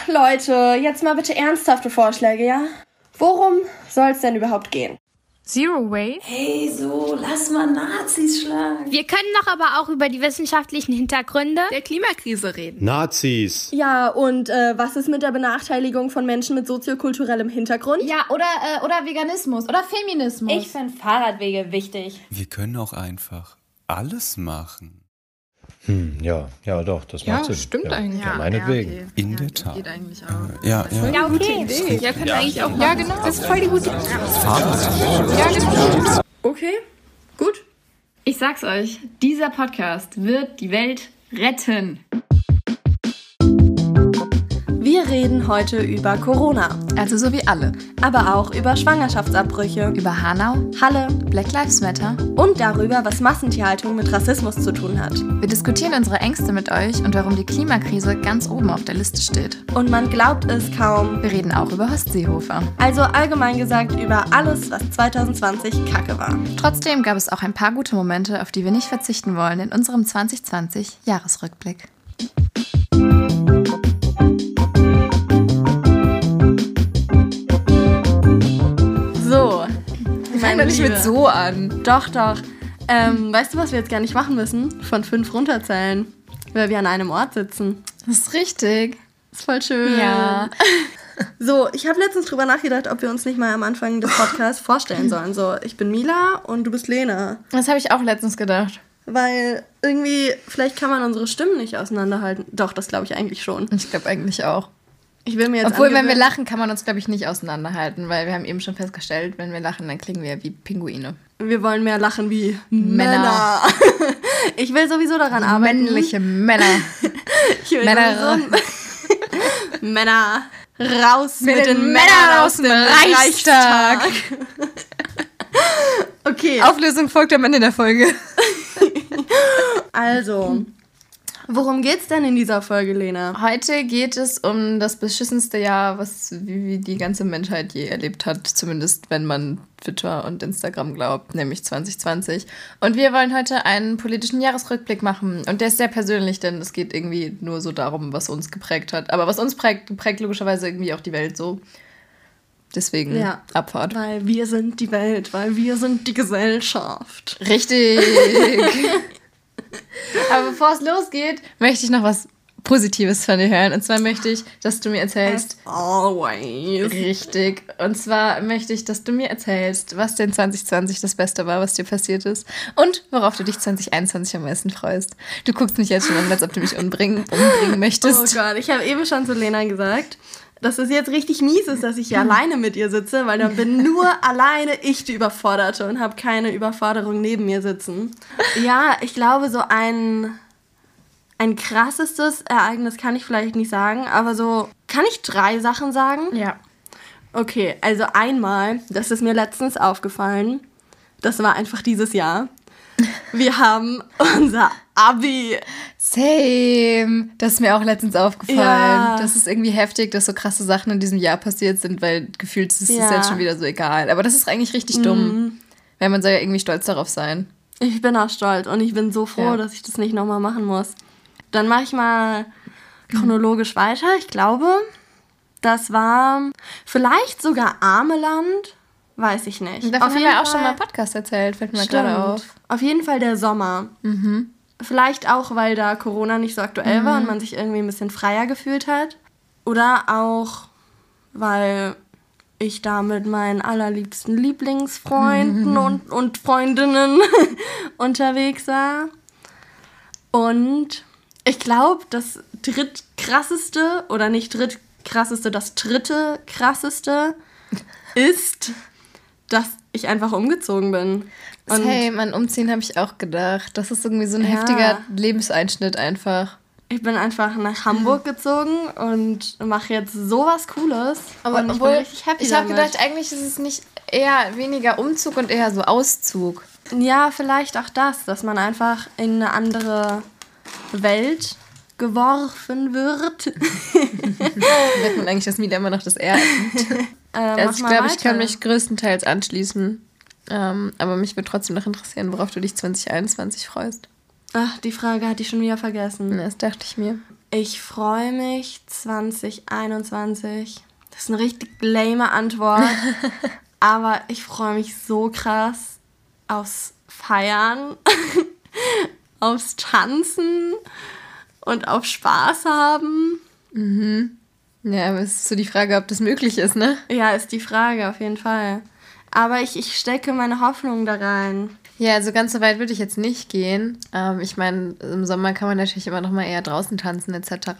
Leute, jetzt mal bitte ernsthafte Vorschläge, ja? Worum soll es denn überhaupt gehen? Zero Waste? Hey, so, lass mal Nazis schlagen. Wir können doch aber auch über die wissenschaftlichen Hintergründe der Klimakrise reden. Nazis. Ja, und was ist mit der Benachteiligung von Menschen mit soziokulturellem Hintergrund? Ja, oder Veganismus oder Feminismus. Ich finde Fahrradwege wichtig. Wir können auch einfach alles machen. Ja, doch, das macht Sinn. Stimmt eigentlich. Ja, meinetwegen. Okay. In der Tat. Geht eigentlich auch. Ja. Ja, okay. Ja, können wir eigentlich auch machen. Ja, genau. Das ist voll die gute Idee. Ja, genau. Okay, gut. Ich sag's euch, dieser Podcast wird die Welt retten. Wir reden heute über Corona, Also so wie alle. aber auch über Schwangerschaftsabbrüche, Über Hanau, Halle Black Lives Matter. und darüber, was Massentierhaltung mit Rassismus zu tun hat. Wir diskutieren unsere Ängste mit euch und warum die Klimakrise ganz oben auf der Liste steht. Und man glaubt es kaum. Wir reden auch über Horst Seehofer. Also allgemein gesagt über alles, was 2020 Kacke war. Trotzdem gab es auch ein paar gute Momente, auf die wir nicht verzichten wollen in unserem 2020-Jahresrückblick. So, Fang doch nicht mit so an. Doch. Weißt du, was wir jetzt gar nicht machen müssen? Von 5 runterzählen. Weil wir an einem Ort sitzen. Das ist richtig. Ist voll schön. Ja. So, ich habe letztens drüber nachgedacht, ob wir uns nicht mal am Anfang des Podcasts vorstellen sollen. So, ich bin Mila und du bist Lena. Das habe ich auch letztens gedacht. Weil irgendwie, vielleicht kann man unsere Stimmen nicht auseinanderhalten. Doch, das glaube ich eigentlich schon. Ich glaube eigentlich auch. Ich will mir jetzt Obwohl, wenn wir angewöhnen- lachen, kann man uns, glaube ich, nicht auseinanderhalten, weil wir haben eben schon festgestellt, wenn wir lachen, dann klingen wir wie Pinguine. Wir wollen mehr lachen wie Männer. Männer. Ich will sowieso daran arbeiten. Männliche Männer. Ich will Männer. sowieso- Männer. Raus Mit den Männern aus dem Reichstag. Okay, Auflösung folgt am Ende der Folge. also, worum geht's denn in dieser Folge, Lena? Heute geht es um das beschissenste Jahr, wie die ganze Menschheit je erlebt hat. Zumindest, wenn man Twitter und Instagram glaubt, nämlich 2020. Und wir wollen heute einen politischen Jahresrückblick machen. Und der ist sehr persönlich, denn es geht irgendwie nur so darum, was uns geprägt hat. Aber was uns prägt logischerweise irgendwie auch die Welt so. Deswegen Abfahrt. Weil wir sind die Welt, weil wir sind die Gesellschaft. Richtig. Aber bevor es losgeht, möchte ich noch was Positives von dir hören. Und zwar möchte ich, dass du mir erzählst... Always. Richtig. Und zwar möchte ich, dass du mir erzählst, was denn 2020 das Beste war, was dir passiert ist. Und worauf du dich 2021 am meisten freust. Du guckst mich jetzt schon an, als ob du mich umbringen möchtest. Oh Gott, ich habe eben schon zu Lena gesagt, dass es jetzt richtig mies ist, dass ich hier alleine mit ihr sitze, weil dann bin nur alleine ich die Überforderte und habe keine Überforderung neben mir sitzen. Ja, ich glaube, so ein krassestes Ereignis kann ich vielleicht nicht sagen, aber so, kann ich 3 Sachen sagen? Ja. Okay, also einmal, das ist mir letztens aufgefallen, das war einfach dieses Jahr. Wir haben unser Abi. Same. Das ist mir auch letztens aufgefallen. Ja. Das ist irgendwie heftig, dass so krasse Sachen in diesem Jahr passiert sind, weil gefühlt ist es Ja. jetzt schon wieder so egal. Aber das ist eigentlich richtig dumm. Weil man soll ja irgendwie stolz darauf sein. Ich bin auch stolz und ich bin so froh, Ja. dass ich das nicht nochmal machen muss. Dann mache ich mal chronologisch weiter. Ich glaube, das war vielleicht sogar Ameland. Weiß ich nicht. Davon haben wir auch schon mal einen Podcast erzählt, fällt mir gerade auf. Auf jeden Fall der Sommer. Vielleicht auch, weil da Corona nicht so aktuell war und man sich irgendwie ein bisschen freier gefühlt hat. Oder auch, weil ich da mit meinen allerliebsten Lieblingsfreunden und Freundinnen unterwegs war. Und ich glaube, das drittkrasseste, oder nicht drittkrasseste, das dritte krasseste ist, dass ich einfach umgezogen bin. Und Hey, an Umziehen habe ich auch gedacht. Das ist irgendwie so ein heftiger Lebenseinschnitt einfach. ich bin einfach nach Hamburg gezogen und mache jetzt sowas Cooles. Aber und ich obwohl, bin richtig happy ich habe damit. gedacht, eigentlich ist es nicht eher weniger Umzug und eher so Auszug. Ja, vielleicht auch das, dass man einfach in eine andere Welt geworfen wird. Wird man eigentlich, dass Mila immer noch das R nimmt. Also ich glaube, ich kann mich größtenteils anschließen. Aber mich würde trotzdem noch interessieren, worauf du dich 2021 freust. Ach, die Frage hatte ich schon wieder vergessen. Das dachte ich mir. Ich freue mich 2021. Das ist eine richtig lame Antwort. Aber ich freue mich so krass aufs Feiern, aufs Tanzen und auf Spaß haben. Ja, aber es ist so die Frage, ob das möglich ist, ne? Ja, ist die Frage, auf jeden Fall. Aber ich stecke meine Hoffnung da rein. Ja, also ganz so weit würde ich jetzt nicht gehen. Ich meine, im Sommer kann man natürlich immer noch mal eher draußen tanzen etc.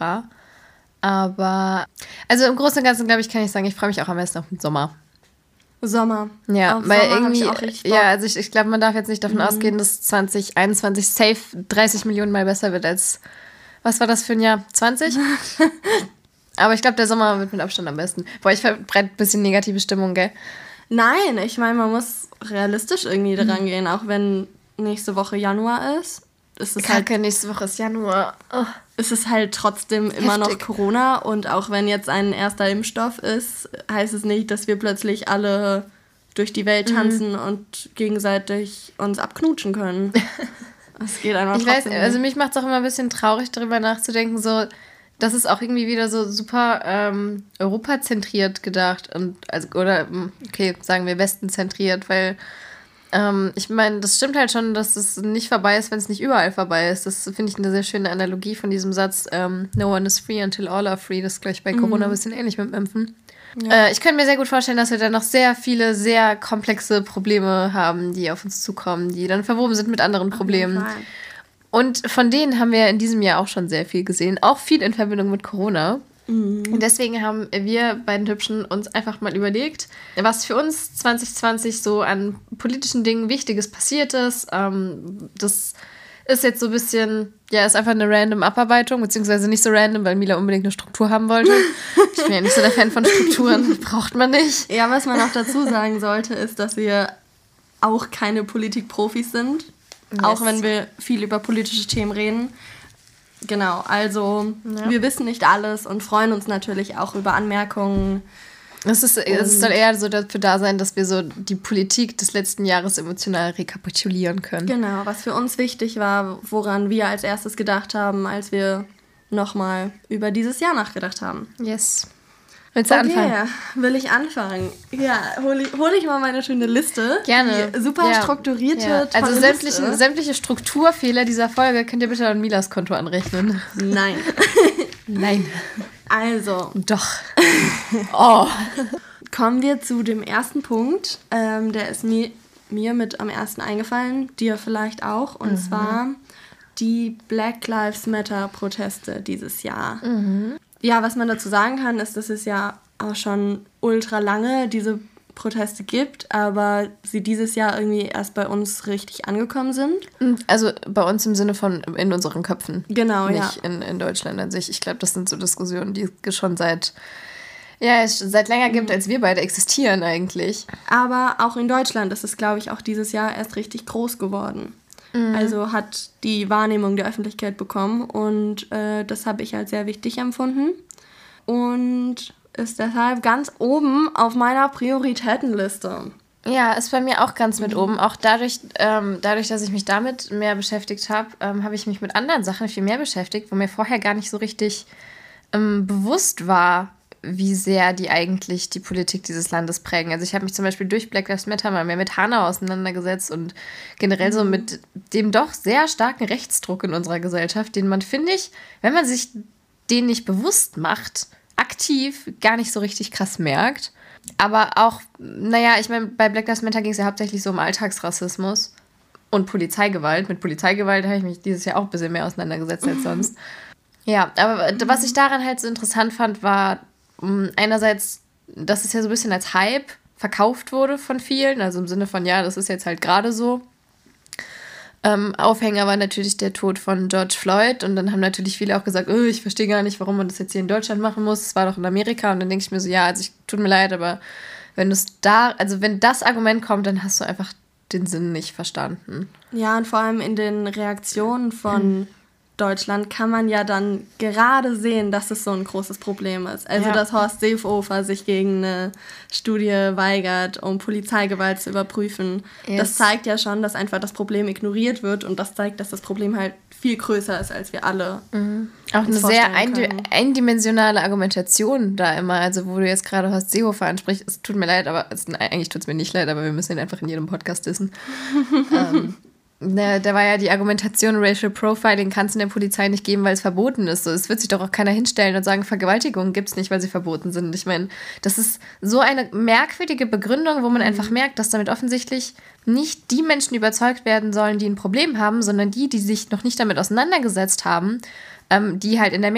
Aber, also im Großen und Ganzen, glaube ich, kann ich sagen, ich freue mich auch am besten auf den Sommer. Sommer. Ja, auf weil Sommer irgendwie, hab ich auch richtig Bock. ja, also ich glaube, man darf jetzt nicht davon ausgehen, dass 2021 safe 30 Millionen Mal besser wird als, was war das für ein Jahr? 20? Aber ich glaube, der Sommer wird mit Abstand am besten. Boah, ich verbreite ein bisschen negative Stimmung, gell? Nein, ich meine, man muss realistisch irgendwie daran gehen, auch wenn nächste Woche Januar ist. Kacke, nächste Woche ist Januar. Oh. Es ist halt trotzdem immer noch Corona und auch wenn jetzt ein erster Impfstoff ist, heißt es nicht, dass wir plötzlich alle durch die Welt tanzen und gegenseitig uns abknutschen können. Es geht einfach trotzdem nicht. Also mich macht es auch immer ein bisschen traurig, darüber nachzudenken, so, das ist auch irgendwie wieder so super europazentriert gedacht und sagen wir westenzentriert, weil ich meine, das stimmt halt schon, dass es nicht vorbei ist, wenn es nicht überall vorbei ist. Das finde ich eine sehr schöne Analogie von diesem Satz, no one is free until all are free. Das ist, glaube ich, bei Corona ein bisschen ähnlich mit dem Impfen. Ja. Ich könnte mir sehr gut vorstellen, dass wir dann noch sehr viele, sehr komplexe Probleme haben, die auf uns zukommen, die dann verwoben sind mit anderen Problemen. Und von denen haben wir in diesem Jahr auch schon sehr viel gesehen, auch viel in Verbindung mit Corona. Und deswegen haben wir beiden Hübschen uns einfach mal überlegt, was für uns 2020 so an politischen Dingen Wichtiges passiert ist. Das ist jetzt so ein bisschen, ja, ist einfach eine random Abarbeitung, beziehungsweise nicht so random, weil Mila unbedingt eine Struktur haben wollte. Ich bin ja nicht so der Fan von Strukturen, braucht man nicht. Ja, was man auch dazu sagen sollte, ist, dass wir auch keine Politikprofis sind, auch wenn wir viel über politische Themen reden. Genau, also wir wissen nicht alles und freuen uns natürlich auch über Anmerkungen. Es soll eher so dafür da sein, dass wir so die Politik des letzten Jahres emotional rekapitulieren können. Genau, was für uns wichtig war, woran wir als erstes gedacht haben, als wir nochmal über dieses Jahr nachgedacht haben. Yes. Willst du anfangen? Will ich anfangen? Ja, hol ich mal meine schöne Liste. Gerne. Die super strukturierte, tolle Also Liste. sämtliche Strukturfehler dieser Folge könnt ihr bitte an Milas Konto anrechnen. Nein. Nein. Also. Doch. Oh. Kommen wir zu dem ersten Punkt. Der ist mir mit am ersten eingefallen, dir vielleicht auch. Und zwar die Black Lives Matter Proteste dieses Jahr. Ja, was man dazu sagen kann, ist, dass es ja auch schon ultra lange diese Proteste gibt, aber sie dieses Jahr irgendwie erst bei uns richtig angekommen sind. Also bei uns im Sinne von in unseren Köpfen. Genau, nicht in Deutschland an sich. Ich glaube, das sind so Diskussionen, die es schon seit länger gibt, als wir beide existieren eigentlich. Aber auch in Deutschland ist es, glaube ich, auch dieses Jahr erst richtig groß geworden. Also hat die Wahrnehmung der Öffentlichkeit bekommen und das habe ich als sehr wichtig empfunden und ist deshalb ganz oben auf meiner Prioritätenliste. Ja, ist bei mir auch ganz mit oben. Auch dadurch, dass ich mich damit mehr beschäftigt habe, habe ich mich mit anderen Sachen viel mehr beschäftigt, wo mir vorher gar nicht so richtig bewusst war, wie sehr die eigentlich die Politik dieses Landes prägen. Also ich habe mich zum Beispiel durch Black Lives Matter mal mehr mit Hanau auseinandergesetzt und generell so mit dem doch sehr starken Rechtsdruck in unserer Gesellschaft, den man, finde ich, wenn man sich den nicht bewusst macht, aktiv gar nicht so richtig krass merkt. Aber auch, ich meine, bei Black Lives Matter ging es ja hauptsächlich so um Alltagsrassismus und Polizeigewalt. Mit Polizeigewalt habe ich mich dieses Jahr auch ein bisschen mehr auseinandergesetzt als sonst. Ja, aber was ich daran halt so interessant fand, war einerseits, dass es ja so ein bisschen als Hype verkauft wurde von vielen, also im Sinne von, ja, das ist jetzt halt gerade so. Aufhänger war natürlich der Tod von George Floyd und dann haben natürlich viele auch gesagt, ich verstehe gar nicht, warum man das jetzt hier in Deutschland machen muss, es war doch in Amerika und dann denke ich mir so, ja, also tut mir leid, aber wenn das Argument kommt, dann hast du einfach den Sinn nicht verstanden. Ja, und vor allem in den Reaktionen von Deutschland kann man ja dann gerade sehen, dass es so ein großes Problem ist. Also, dass Horst Seehofer sich gegen eine Studie weigert, um Polizeigewalt zu überprüfen. Yes. Das zeigt ja schon, dass einfach das Problem ignoriert wird und das zeigt, dass das Problem halt viel größer ist, als wir alle auch eine sehr eindimensionale Argumentation da immer. Also, wo du jetzt gerade Horst Seehofer ansprichst, es tut mir leid, aber eigentlich tut es mir nicht leid, aber wir müssen ihn einfach in jedem Podcast wissen. Da war ja die Argumentation, Racial Profiling kann es in der Polizei nicht geben, weil es verboten ist. So, es wird sich doch auch keiner hinstellen und sagen, Vergewaltigungen gibt es nicht, weil sie verboten sind. Ich meine, das ist so eine merkwürdige Begründung, wo man einfach merkt, dass damit offensichtlich nicht die Menschen überzeugt werden sollen, die ein Problem haben, sondern die sich noch nicht damit auseinandergesetzt haben, die halt in der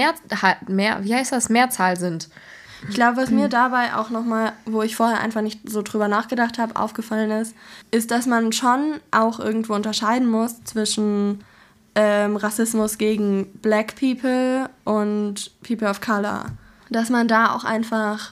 Mehrzahl sind. Ich glaube, was mir dabei auch nochmal, wo ich vorher einfach nicht so drüber nachgedacht habe, aufgefallen ist, dass man schon auch irgendwo unterscheiden muss zwischen Rassismus gegen Black People und People of Color. Dass man da auch einfach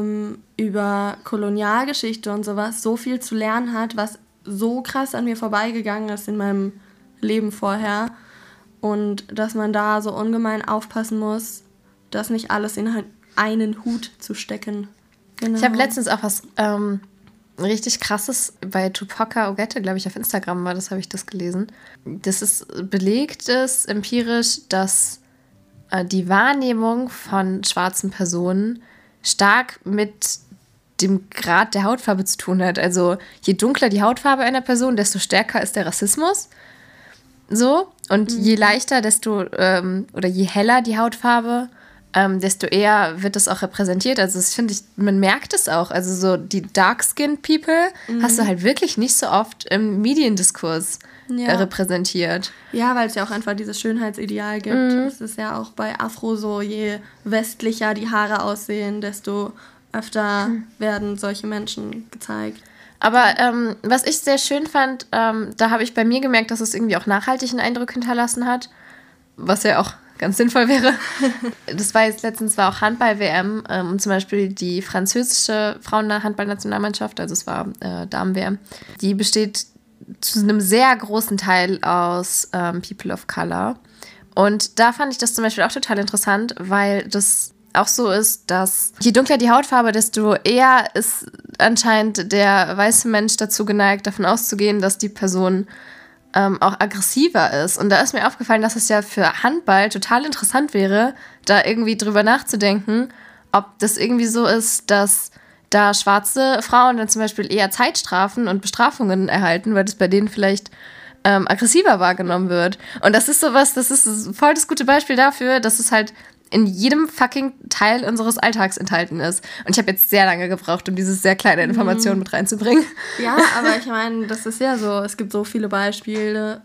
über Kolonialgeschichte und sowas so viel zu lernen hat, was so krass an mir vorbeigegangen ist in meinem Leben vorher. Und dass man da so ungemein aufpassen muss, dass nicht alles in einen Hut zu stecken. Genau. Ich habe letztens auch was richtig Krasses bei Tupac Ogette, glaube ich, auf Instagram war das, habe ich das gelesen. Das ist belegt ist empirisch, dass die Wahrnehmung von schwarzen Personen stark mit dem Grad der Hautfarbe zu tun hat. Also je dunkler die Hautfarbe einer Person, desto stärker ist der Rassismus. So. Und je leichter, oder je heller die Hautfarbe, desto eher wird das auch repräsentiert. Also das finde ich, man merkt es auch. Also so die Dark-Skinned People hast du halt wirklich nicht so oft im Mediendiskurs repräsentiert. Ja, weil es ja auch einfach dieses Schönheitsideal gibt. Es ist ja auch bei Afro so, je westlicher die Haare aussehen, desto öfter werden solche Menschen gezeigt. Aber was ich sehr schön fand, da habe ich bei mir gemerkt, dass es irgendwie auch nachhaltig einen Eindruck hinterlassen hat, was ja auch ganz sinnvoll wäre. Das war jetzt letztens, war auch Handball-WM und zum Beispiel die französische Frauen-Handball-Nationalmannschaft, also es war Damen-WM, die besteht zu einem sehr großen Teil aus People of Color. Und da fand ich das zum Beispiel auch total interessant, weil das auch so ist, dass je dunkler die Hautfarbe, desto eher ist anscheinend der weiße Mensch dazu geneigt, davon auszugehen, dass die Person auch aggressiver ist. Und da ist mir aufgefallen, dass es ja für Handball total interessant wäre, da irgendwie drüber nachzudenken, ob das irgendwie so ist, dass da schwarze Frauen dann zum Beispiel eher Zeitstrafen und Bestrafungen erhalten, weil das bei denen vielleicht aggressiver wahrgenommen wird. Und das ist sowas, das ist voll das gute Beispiel dafür, dass es halt in jedem fucking Teil unseres Alltags enthalten ist. Und ich habe jetzt sehr lange gebraucht, um diese sehr kleine Information mit reinzubringen. Ja, aber ich meine, das ist ja so, es gibt so viele Beispiele,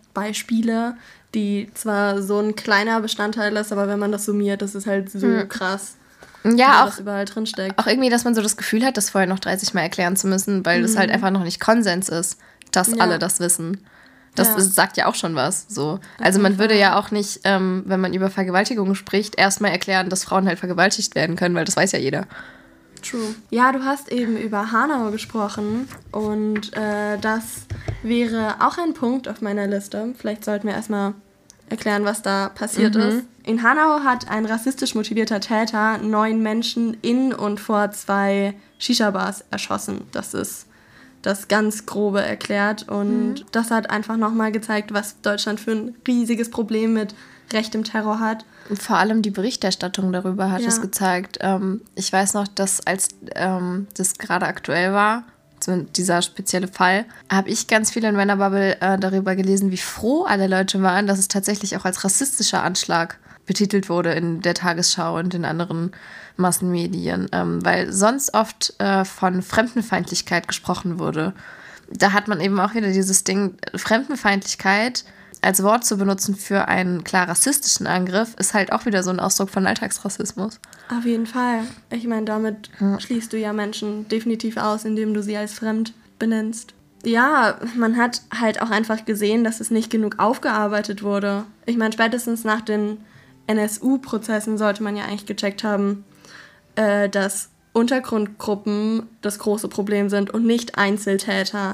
die zwar so ein kleiner Bestandteil ist, aber wenn man das summiert, das ist halt so krass. Ja, auch überall drin steckt. Auch irgendwie, dass man so das Gefühl hat, das vorher noch 30 Mal erklären zu müssen, weil das halt einfach noch nicht Konsens ist, dass alle das wissen. Das sagt ja auch schon was. So. Also man würde ja auch nicht, wenn man über Vergewaltigungen spricht, erstmal erklären, dass Frauen halt vergewaltigt werden können, weil das weiß ja jeder. True. Ja, du hast eben über Hanau gesprochen und das wäre auch ein Punkt auf meiner Liste. Vielleicht sollten wir erstmal erklären, was da passiert ist. In Hanau hat ein rassistisch motivierter Täter 9 Menschen in und vor 2 Shisha-Bars erschossen. Das ist das ganz Grobe erklärt und das hat einfach nochmal gezeigt, was Deutschland für ein riesiges Problem mit rechtem Terror hat. Und vor allem die Berichterstattung darüber hat es gezeigt. Ich weiß noch, dass als das gerade aktuell war, dieser spezielle Fall, habe ich ganz viel in meiner Bubble darüber gelesen, wie froh alle Leute waren, dass es tatsächlich auch als rassistischer Anschlag betitelt wurde in der Tagesschau und in anderen Massenmedien, weil sonst oft von Fremdenfeindlichkeit gesprochen wurde. Da hat man eben auch wieder dieses Ding, Fremdenfeindlichkeit als Wort zu benutzen für einen klar rassistischen Angriff, ist halt auch wieder so ein Ausdruck von Alltagsrassismus. Auf jeden Fall. Ich meine, damit schließt du ja Menschen definitiv aus, indem du sie als fremd benennst. Ja, man hat halt auch einfach gesehen, dass es nicht genug aufgearbeitet wurde. Ich meine, spätestens nach den NSU-Prozessen sollte man ja eigentlich gecheckt haben, dass Untergrundgruppen das große Problem sind und nicht Einzeltäter.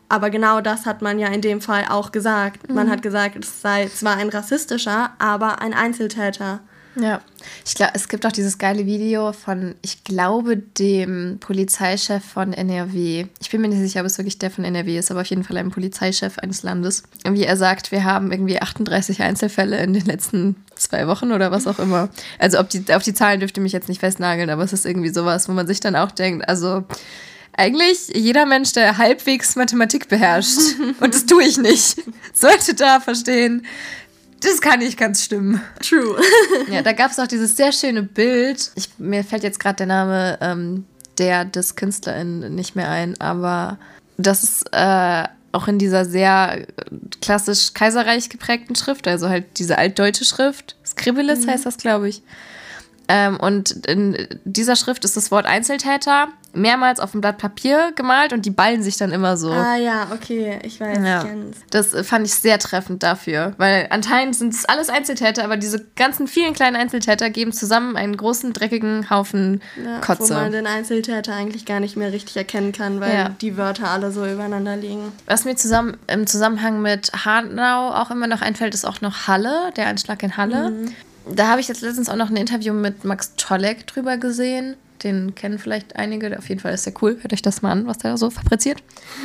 Aber genau das hat man ja in dem Fall auch gesagt. Man hat gesagt, es sei zwar ein rassistischer, aber ein Einzeltäter. Ja, ich glaube, es gibt auch dieses geile Video von, ich glaube, dem Polizeichef von NRW. Ich bin mir nicht sicher, ob es wirklich der von NRW ist, aber auf jeden Fall ein Polizeichef eines Landes. Wie er sagt, wir haben irgendwie 38 Einzelfälle in den letzten 2 Wochen oder was auch immer. Also auf die Zahlen dürft ihr mich jetzt nicht festnageln, aber es ist irgendwie sowas, wo man sich dann auch denkt, also eigentlich jeder Mensch, der halbwegs Mathematik beherrscht, und das tue ich nicht, sollte da verstehen, das kann nicht ganz stimmen. True. Ja, da gab es auch dieses sehr schöne Bild. Mir fällt jetzt gerade der Name des KünstlerInnen nicht mehr ein, aber das ist auch in dieser sehr klassisch kaiserreich geprägten Schrift, also halt diese altdeutsche Schrift. Scribbles heißt das, glaube ich. Und in dieser Schrift ist das Wort Einzeltäter mehrmals auf dem Blatt Papier gemalt und die ballen sich dann immer so. Ah ja, okay, ich weiß, Ja. ich kenn's. Das fand ich sehr treffend dafür, weil anscheinend sind es alles Einzeltäter, aber diese ganzen vielen kleinen Einzeltäter geben zusammen einen großen, dreckigen Haufen Kotze. Wo man den Einzeltäter eigentlich gar nicht mehr richtig erkennen kann, weil die Wörter alle so übereinander liegen. Was mir im Zusammenhang mit Hanau auch immer noch einfällt, ist auch noch Halle, der Anschlag in Halle. Da habe ich jetzt letztens auch noch ein Interview mit Max Czolek drüber gesehen. Den kennen vielleicht einige. Auf jeden Fall ist der cool. Hört euch das mal an, was der so fabriziert.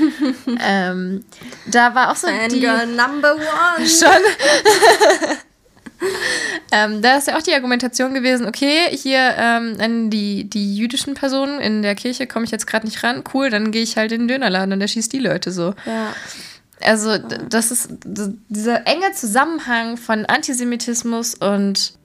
Da war auch so Fangirl Number 1. Schon. Da ist ja auch die Argumentation gewesen, okay, hier an die jüdischen Personen in der Kirche komme ich jetzt gerade nicht ran. Cool, dann gehe ich halt in den Dönerladen und der schießt die Leute so. Ja. Also das ist dieser enge Zusammenhang von Antisemitismus und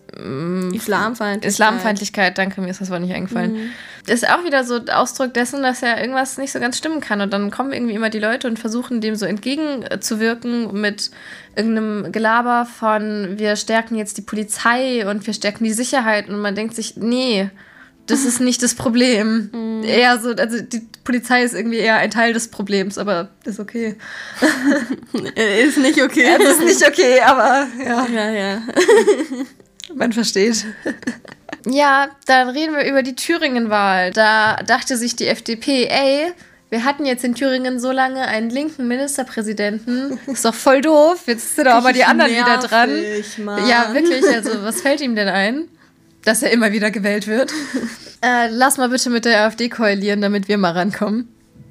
Islamfeindlichkeit, danke, mir ist das Wort nicht eingefallen. Ist auch wieder so Ausdruck dessen, dass ja irgendwas nicht so ganz stimmen kann. Und dann kommen irgendwie immer die Leute und versuchen dem so entgegenzuwirken mit irgendeinem Gelaber von, wir stärken jetzt die Polizei und wir stärken die Sicherheit. Und man denkt sich, nee, das ist nicht das Problem. Eher so, also die Polizei ist irgendwie eher ein Teil des Problems, aber ist okay. Ist nicht okay. Ja, das ist nicht okay, aber ja. Ja. Man versteht. Ja, dann reden wir über die Thüringen-Wahl. Da dachte sich die FDP, ey, wir hatten jetzt in Thüringen so lange einen linken Ministerpräsidenten. Ist doch voll doof. Jetzt sind doch aber die anderen wieder dran. Mann. Ja, wirklich. Also, was fällt ihm denn ein? Dass er immer wieder gewählt wird. Lass mal bitte mit der AfD koalieren, damit wir mal rankommen.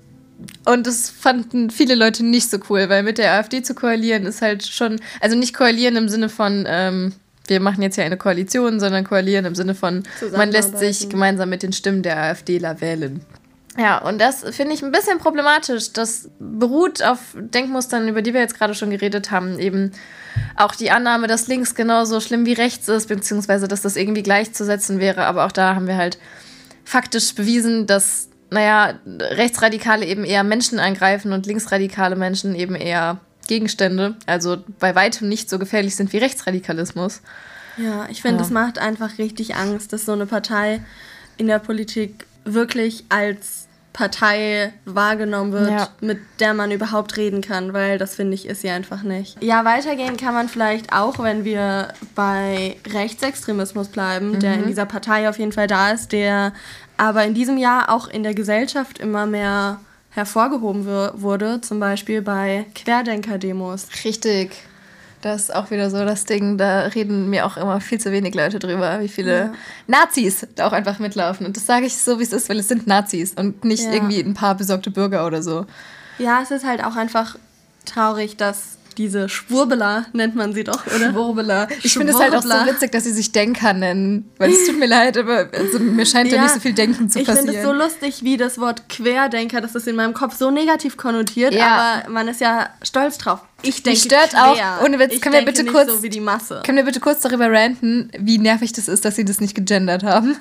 Und das fanden viele Leute nicht so cool, weil mit der AfD zu koalieren ist halt schon, also nicht koalieren im Sinne von, wir machen jetzt hier eine Koalition, sondern koalieren im Sinne von, man lässt sich gemeinsam mit den Stimmen der AfDler wählen. Ja, und das finde ich ein bisschen problematisch. Das beruht auf Denkmustern, über die wir jetzt gerade schon geredet haben. Eben auch die Annahme, dass links genauso schlimm wie rechts ist, beziehungsweise dass das irgendwie gleichzusetzen wäre. Aber auch da haben wir halt faktisch bewiesen, dass, Rechtsradikale eben eher Menschen angreifen und linksradikale Menschen eben eher Gegenstände. Also bei weitem nicht so gefährlich sind wie Rechtsradikalismus. Ja, ich finde, das macht einfach richtig Angst, dass so eine Partei in der Politik wirklich als Partei wahrgenommen wird, mit der man überhaupt reden kann, weil das, finde ich, ist sie einfach nicht. Ja, weitergehen kann man vielleicht auch, wenn wir bei Rechtsextremismus bleiben, der in dieser Partei auf jeden Fall da ist, der aber in diesem Jahr auch in der Gesellschaft immer mehr hervorgehoben wurde, zum Beispiel bei Querdenker-Demos. Richtig. Das ist auch wieder so das Ding, da reden mir auch immer viel zu wenig Leute drüber, wie viele Nazis da auch einfach mitlaufen. Und das sage ich so, wie es ist, weil es sind Nazis und nicht irgendwie ein paar besorgte Bürger oder so. Ja, es ist halt auch einfach traurig, dass diese Schwurbeler, nennt man sie doch, oder? Schwurbeler. Ich finde es halt auch so witzig, dass sie sich Denker nennen. Weil es tut mir leid, aber also, mir scheint da nicht so viel Denken zu passieren. Ich finde es so lustig, wie das Wort Querdenker, das ist in meinem Kopf so negativ konnotiert, aber man ist ja stolz drauf. Ich denke stört quer. Auch, ohne Witz, können wir bitte nicht kurz so wie die Masse. Können wir bitte kurz darüber ranten, wie nervig das ist, dass sie das nicht gegendert haben?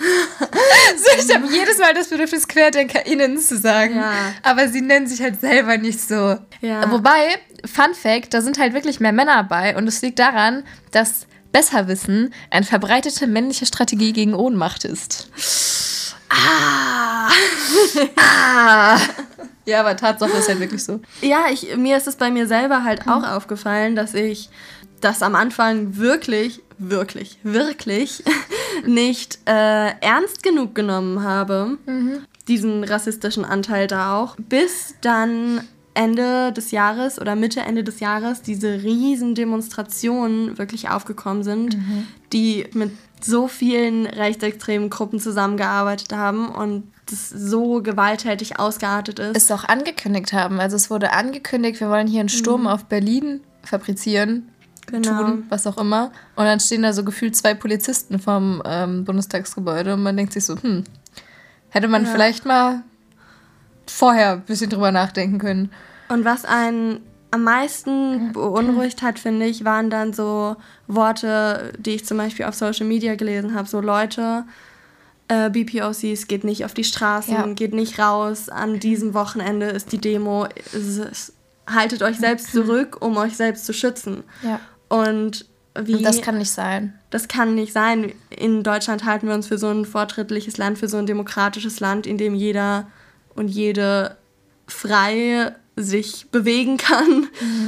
Ich habe jedes Mal das Bedürfnis, QuerdenkerInnen zu sagen, aber sie nennen sich halt selber nicht so. Ja. Wobei, Fun Fact, da sind halt wirklich mehr Männer bei und es liegt daran, dass Besserwissen eine verbreitete männliche Strategie gegen Ohnmacht ist. Ja, aber Tatsache ist halt wirklich so. Ja, mir ist es bei mir selber halt auch aufgefallen, dass ich das am Anfang wirklich nicht ernst genug genommen habe. Diesen rassistischen Anteil da auch. Bis dann Ende des Jahres oder Mitte, Ende des Jahres diese riesen Demonstrationen wirklich aufgekommen sind, die mit so vielen rechtsextremen Gruppen zusammengearbeitet haben und das so gewalttätig ausgeartet ist. Es auch angekündigt haben. Also es wurde angekündigt, wir wollen hier einen Sturm auf Berlin fabrizieren, tun, was auch immer. Und dann stehen da so gefühlt 2 Polizisten vorm Bundestagsgebäude und man denkt sich so, hätte man vielleicht mal vorher ein bisschen drüber nachdenken können. Und was einen am meisten beunruhigt hat, finde ich, waren dann so Worte, die ich zum Beispiel auf Social Media gelesen habe. So Leute, BPOCs, geht nicht auf die Straßen, geht nicht raus. An diesem Wochenende ist die Demo. Haltet euch selbst zurück, um euch selbst zu schützen. Ja. Und das kann nicht sein. Das kann nicht sein. In Deutschland halten wir uns für so ein fortschrittliches Land, für so ein demokratisches Land, in dem jeder und jede frei sich bewegen kann.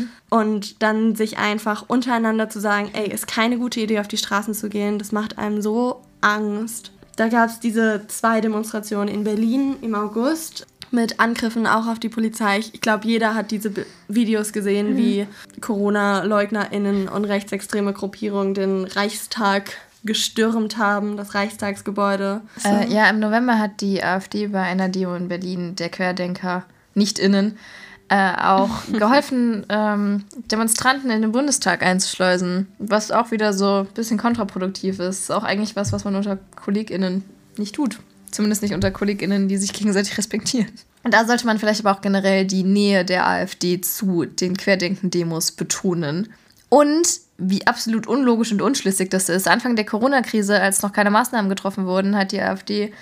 Und dann sich einfach untereinander zu sagen, ey, ist keine gute Idee, auf die Straßen zu gehen, das macht einem so Angst. Da gab es diese 2 Demonstrationen in Berlin im August mit Angriffen auch auf die Polizei. Ich glaube, jeder hat diese Videos gesehen, wie Corona-LeugnerInnen und rechtsextreme Gruppierungen den Reichstag gestürmt haben, das Reichstagsgebäude. Ja, im November hat die AfD bei einer Demo in Berlin, der Querdenker, NichtInnen, auch geholfen, Demonstranten in den Bundestag einzuschleusen, was auch wieder so ein bisschen kontraproduktiv ist. Auch eigentlich was man unter KollegInnen nicht tut. Zumindest nicht unter KollegInnen, die sich gegenseitig respektieren. Und da sollte man vielleicht aber auch generell die Nähe der AfD zu den Querdenken-Demos betonen. Und wie absolut unlogisch und unschlüssig das ist. Anfang der Corona-Krise, als noch keine Maßnahmen getroffen wurden, hat die AfD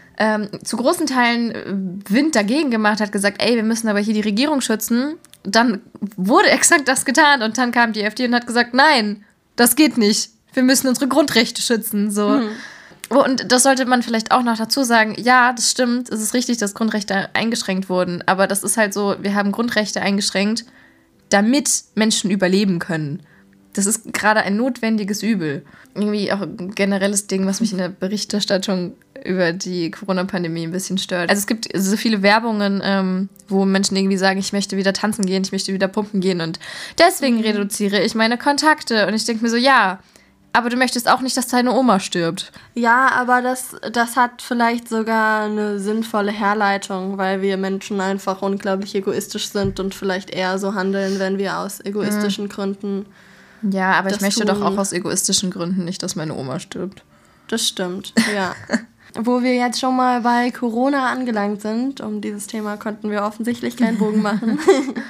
zu großen Teilen Wind dagegen gemacht, hat gesagt, ey, wir müssen aber hier die Regierung schützen. Dann wurde exakt das getan und dann kam die AfD und hat gesagt, nein, das geht nicht. Wir müssen unsere Grundrechte schützen. So. Und das sollte man vielleicht auch noch dazu sagen, ja, das stimmt, es ist richtig, dass Grundrechte eingeschränkt wurden, aber das ist halt so, wir haben Grundrechte eingeschränkt, damit Menschen überleben können. Das ist gerade ein notwendiges Übel. Irgendwie auch ein generelles Ding, was mich in der Berichterstattung über die Corona-Pandemie ein bisschen stört. Also es gibt so viele Werbungen, wo Menschen irgendwie sagen, ich möchte wieder tanzen gehen, ich möchte wieder pumpen gehen und deswegen reduziere ich meine Kontakte. Und ich denke mir so, ja, aber du möchtest auch nicht, dass deine Oma stirbt. Ja, aber das hat vielleicht sogar eine sinnvolle Herleitung, weil wir Menschen einfach unglaublich egoistisch sind und vielleicht eher so handeln, wenn wir aus egoistischen Gründen. Ja, aber ich möchte doch auch aus egoistischen Gründen nicht, dass meine Oma stirbt. Das stimmt, ja. Wo wir jetzt schon mal bei Corona angelangt sind, um dieses Thema konnten wir offensichtlich keinen Bogen machen,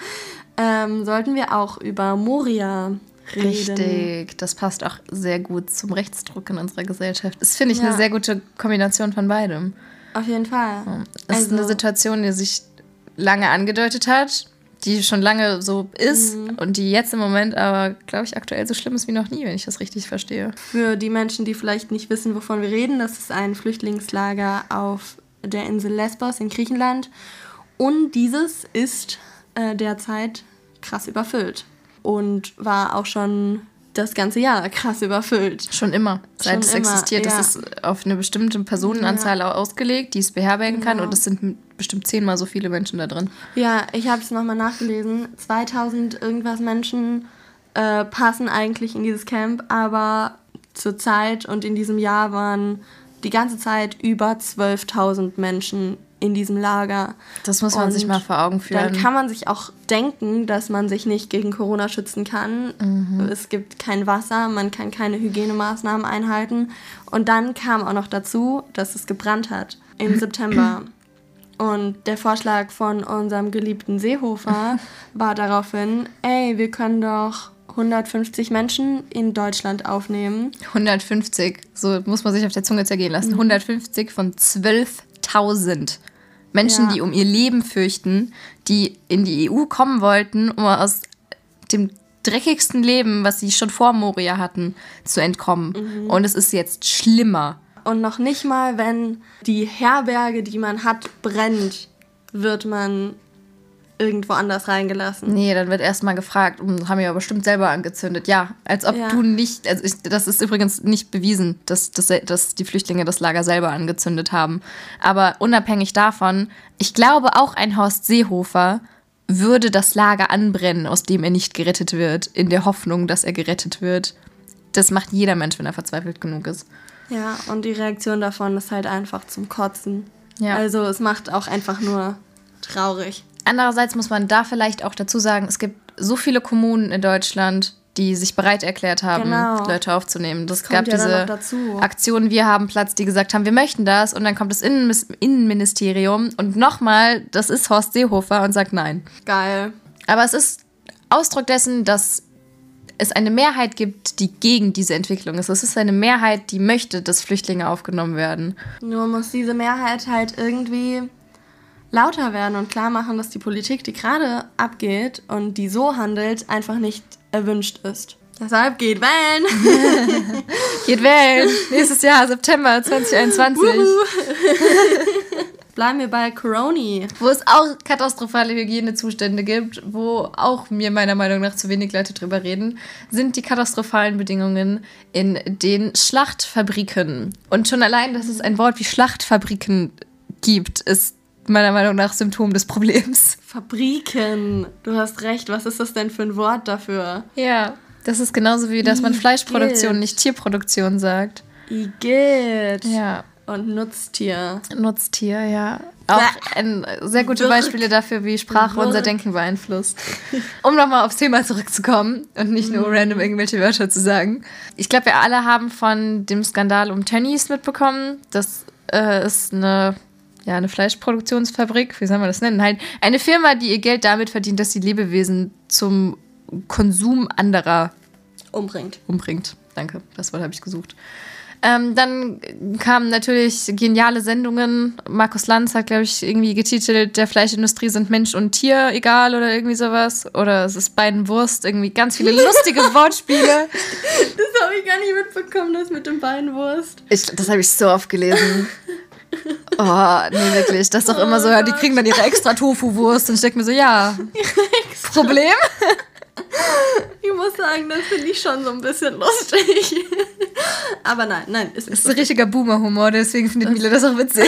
sollten wir auch über Moria reden. Richtig, das passt auch sehr gut zum Rechtsdruck in unserer Gesellschaft. Das finde ich eine sehr gute Kombination von beidem. Auf jeden Fall. Es ist eine Situation, die sich lange angedeutet hat, die schon lange so ist und die jetzt im Moment aber, glaube ich, aktuell so schlimm ist wie noch nie, wenn ich das richtig verstehe. Für die Menschen, die vielleicht nicht wissen, wovon wir reden, das ist ein Flüchtlingslager auf der Insel Lesbos in Griechenland und dieses ist derzeit krass überfüllt und war auch schon das ganze Jahr krass überfüllt. Schon immer, seit es existiert. Ja. Das ist auf eine bestimmte Personenanzahl ausgelegt, die es beherbergen kann und es sind bestimmt 10-mal so viele Menschen da drin. Ja, ich habe es nochmal nachgelesen. 2000 irgendwas Menschen passen eigentlich in dieses Camp, aber zur Zeit und in diesem Jahr waren die ganze Zeit über 12.000 Menschen in diesem Lager. Das muss man sich mal vor Augen führen. Dann kann man sich auch denken, dass man sich nicht gegen Corona schützen kann. Es gibt kein Wasser, man kann keine Hygienemaßnahmen einhalten. Und dann kam auch noch dazu, dass es gebrannt hat im September. Und der Vorschlag von unserem geliebten Seehofer war daraufhin, ey, wir können doch 150 Menschen in Deutschland aufnehmen. 150, so muss man sich auf der Zunge zergehen lassen. 150 von 12.000 Menschen, die um ihr Leben fürchten, die in die EU kommen wollten, um aus dem dreckigsten Leben, was sie schon vor Moria hatten, zu entkommen. Und es ist jetzt schlimmer. Und noch nicht mal, wenn die Herberge, die man hat, brennt, wird man irgendwo anders reingelassen. Nee, dann wird erstmal gefragt, haben wir ja bestimmt selber angezündet. Ja, als ob du nicht, also das ist übrigens nicht bewiesen, dass die Flüchtlinge das Lager selber angezündet haben. Aber unabhängig davon, ich glaube auch ein Horst Seehofer würde das Lager anbrennen, aus dem er nicht gerettet wird, in der Hoffnung, dass er gerettet wird. Das macht jeder Mensch, wenn er verzweifelt genug ist. Ja, und die Reaktion davon ist halt einfach zum Kotzen. Ja. Also es macht auch einfach nur traurig. Andererseits muss man da vielleicht auch dazu sagen, es gibt so viele Kommunen in Deutschland, die sich bereit erklärt haben, Leute aufzunehmen. Das gab ja diese Aktion, wir haben Platz, die gesagt haben, wir möchten das. Und dann kommt das Innenministerium und nochmal, das ist Horst Seehofer und sagt nein. Geil. Aber es ist Ausdruck dessen, dass es eine Mehrheit gibt, die gegen diese Entwicklung ist. Es ist eine Mehrheit, die möchte, dass Flüchtlinge aufgenommen werden. Nur muss diese Mehrheit halt irgendwie lauter werden und klar machen, dass die Politik, die gerade abgeht und die so handelt, einfach nicht erwünscht ist. Deshalb geht wählen! Geht wählen! Nächstes Jahr, September 2021. Bleiben wir bei Corona. Wo es auch katastrophale Hygienezustände gibt, wo auch mir meiner Meinung nach zu wenig Leute drüber reden, sind die katastrophalen Bedingungen in den Schlachtfabriken. Und schon allein, dass es ein Wort wie Schlachtfabriken gibt, ist meiner Meinung nach Symptom des Problems. Fabriken. Du hast recht. Was ist das denn für ein Wort dafür? Ja, das ist genauso wie, dass man Fleischproduktion, nicht Tierproduktion sagt. Igitt. Ja. Und Nutztier. Nutztier, ja. Auch sehr gute Beispiele dafür, wie Sprache unser Denken beeinflusst. Um nochmal aufs Thema zurückzukommen und nicht nur random irgendwelche Wörter zu sagen. Ich glaube, wir alle haben von dem Skandal um Tönnies mitbekommen. Das ist eine Fleischproduktionsfabrik, wie soll man das nennen? Halt eine Firma, die ihr Geld damit verdient, dass sie Lebewesen zum Konsum anderer umbringt. Danke, das Wort habe ich gesucht. Dann kamen natürlich geniale Sendungen. Markus Lanz hat, glaube ich, irgendwie getitelt, der Fleischindustrie sind Mensch und Tier egal oder irgendwie sowas. Oder es ist Beinwurst, irgendwie ganz viele lustige Wortspiele. Das habe ich gar nicht mitbekommen, das mit dem Beinwurst. Das habe ich so oft gelesen. Oh, nee, wirklich. Das ist doch immer so, ja, die kriegen dann ihre extra Tofu-Wurst und ich denke mir so, ja, Problem? Ich muss sagen, das finde ich schon so ein bisschen lustig. Aber nein, ist ein richtiger Boomer-Humor, deswegen findet Mila das auch witzig.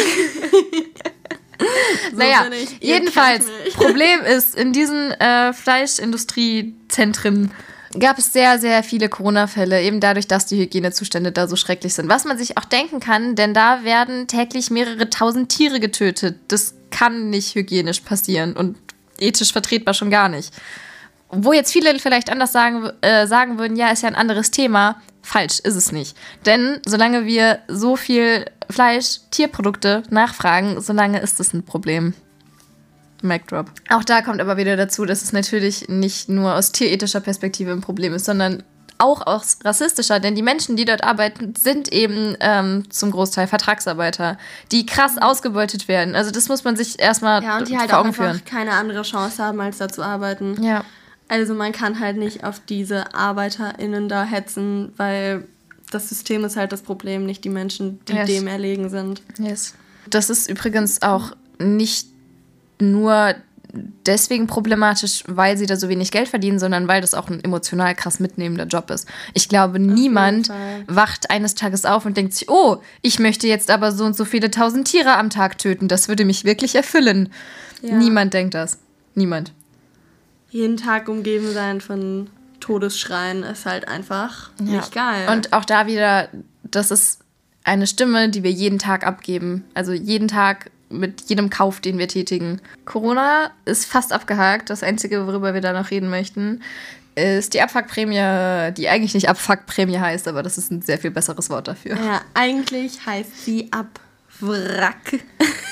So naja, jedenfalls, Problem ist, in diesen Fleischindustriezentren gab es sehr, sehr viele Corona-Fälle, eben dadurch, dass die Hygienezustände da so schrecklich sind. Was man sich auch denken kann, denn da werden täglich mehrere tausend Tiere getötet. Das kann nicht hygienisch passieren und ethisch vertretbar schon gar nicht. Wo jetzt viele vielleicht anders sagen würden, ja, ist ja ein anderes Thema. Falsch, ist es nicht. Denn solange wir so viel Fleisch, Tierprodukte nachfragen, solange ist es ein Problem. Mic drop. Auch da kommt aber wieder dazu, dass es natürlich nicht nur aus tierethischer Perspektive ein Problem ist, sondern auch aus rassistischer, denn die Menschen, die dort arbeiten, sind eben zum Großteil Vertragsarbeiter, die krass ausgebeutet werden. Also das muss man sich erstmal ja, und die halt auch einfach keine andere Chance haben, als da zu arbeiten. Ja. Also man kann halt nicht auf diese ArbeiterInnen da hetzen, weil das System ist halt das Problem, nicht die Menschen, die dem erlegen sind. Yes. Das ist übrigens auch nicht nur deswegen problematisch, weil sie da so wenig Geld verdienen, sondern weil das auch ein emotional krass mitnehmender Job ist. Ich glaube, niemand wacht eines Tages auf und denkt sich, oh, ich möchte jetzt aber so und so viele 1000 Tiere am Tag töten. Das würde mich wirklich erfüllen. Ja. Niemand denkt das. Niemand. Jeden Tag umgeben sein von Todesschreien ist halt einfach nicht geil. Und auch da wieder, das ist eine Stimme, die wir jeden Tag abgeben. Also jeden Tag mit jedem Kauf, den wir tätigen. Corona ist fast abgehakt. Das Einzige, worüber wir da noch reden möchten, ist die Abfuckprämie, die eigentlich nicht Abfuckprämie heißt, aber das ist ein sehr viel besseres Wort dafür. Ja, eigentlich heißt sie Abwrackprämie.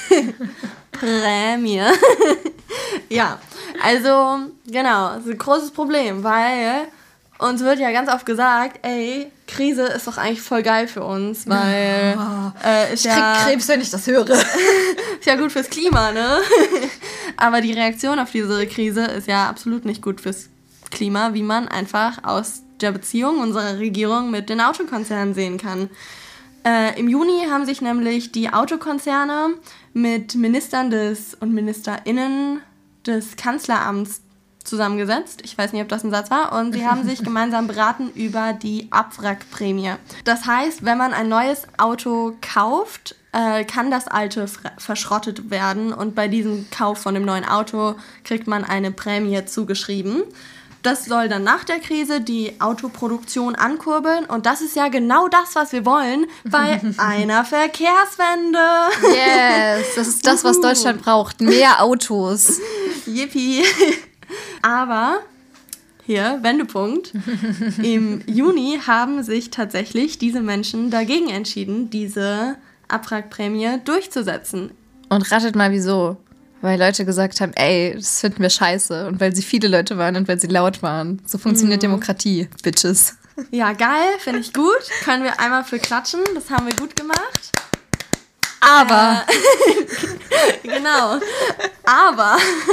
Ja, also genau, das ist ein großes Problem, weil uns wird ja ganz oft gesagt, ey, Krise ist doch eigentlich voll geil für uns, weil ich krieg Krebs, wenn ich das höre. Ist ja gut fürs Klima, ne? Aber die Reaktion auf diese Krise ist ja absolut nicht gut fürs Klima, wie man einfach aus der Beziehung unserer Regierung mit den Autokonzernen sehen kann. Im Juni haben sich nämlich die Autokonzerne mit Ministern und MinisterInnen des Kanzleramts zusammengesetzt. Ich weiß nicht, ob das ein Satz war. Und sie haben sich gemeinsam beraten über die Abwrackprämie. Das heißt, wenn man ein neues Auto kauft, kann das alte verschrottet werden. Und bei diesem Kauf von dem neuen Auto kriegt man eine Prämie zugeschrieben. Das soll dann nach der Krise die Autoproduktion ankurbeln. Und das ist ja genau das, was wir wollen bei einer Verkehrswende. Yes, das ist das, was Deutschland braucht. Mehr Autos. Yippie. Aber, hier, Wendepunkt, im Juni haben sich tatsächlich diese Menschen dagegen entschieden, diese Abwrackprämie durchzusetzen. Und ratet mal, wieso? Weil Leute gesagt haben, ey, das finden wir scheiße. Und weil sie viele Leute waren und weil sie laut waren. So funktioniert Demokratie, Bitches. Ja, geil, finde ich gut. Können wir einmal für klatschen, das haben wir gut gemacht. Aber. Genau. Aber.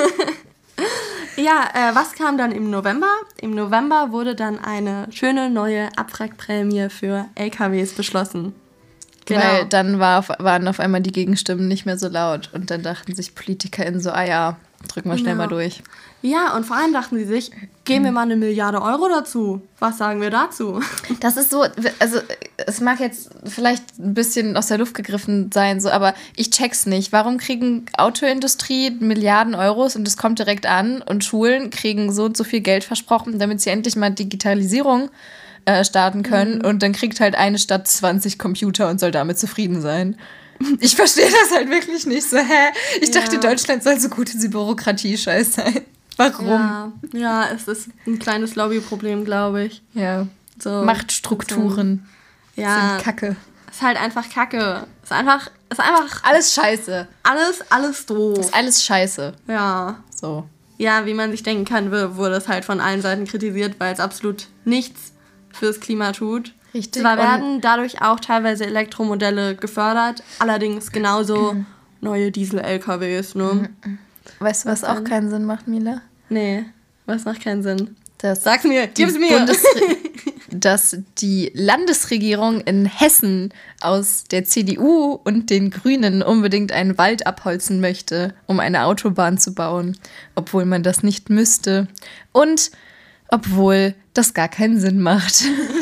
Ja, was kam dann im November? Im November wurde dann eine schöne neue Abwrackprämie für LKWs beschlossen. Genau. Weil dann waren auf einmal die Gegenstimmen nicht mehr so laut. Und dann dachten sich PolitikerInnen so, drücken wir schnell mal durch. Ja, und vor allem dachten sie sich, geben wir mal 1 Milliarde Euro dazu. Was sagen wir dazu? Das ist so, also es mag jetzt vielleicht ein bisschen aus der Luft gegriffen sein, so, aber ich check's nicht. Warum kriegen Autoindustrie Milliarden Euros und es kommt direkt an und Schulen kriegen so und so viel Geld versprochen, damit sie endlich mal Digitalisierung starten können und dann kriegt halt eine Stadt 20 Computer und soll damit zufrieden sein. Ich verstehe das halt wirklich nicht so. Ich dachte, Deutschland soll so gut in die Bürokratie-Scheiß sein. Warum? Ja, es ist ein kleines Lobbyproblem, glaube ich. Ja. So, Machtstrukturen sind Kacke. Ist halt einfach Kacke. Ist einfach alles scheiße. Alles doof. Ist alles scheiße. Ja. So. Ja, wie man sich denken kann, wurde es halt von allen Seiten kritisiert, weil es absolut nichts fürs Klima tut. Richtig. Zwar werden dadurch auch teilweise Elektromodelle gefördert, allerdings genauso neue Diesel-LKWs, ne? Weißt du, was auch keinen Sinn macht, Mila? Nee, was macht keinen Sinn? Sag's mir, gib's mir! Dass die Landesregierung in Hessen aus der CDU und den Grünen unbedingt einen Wald abholzen möchte, um eine Autobahn zu bauen, obwohl man das nicht müsste. Und obwohl das gar keinen Sinn macht.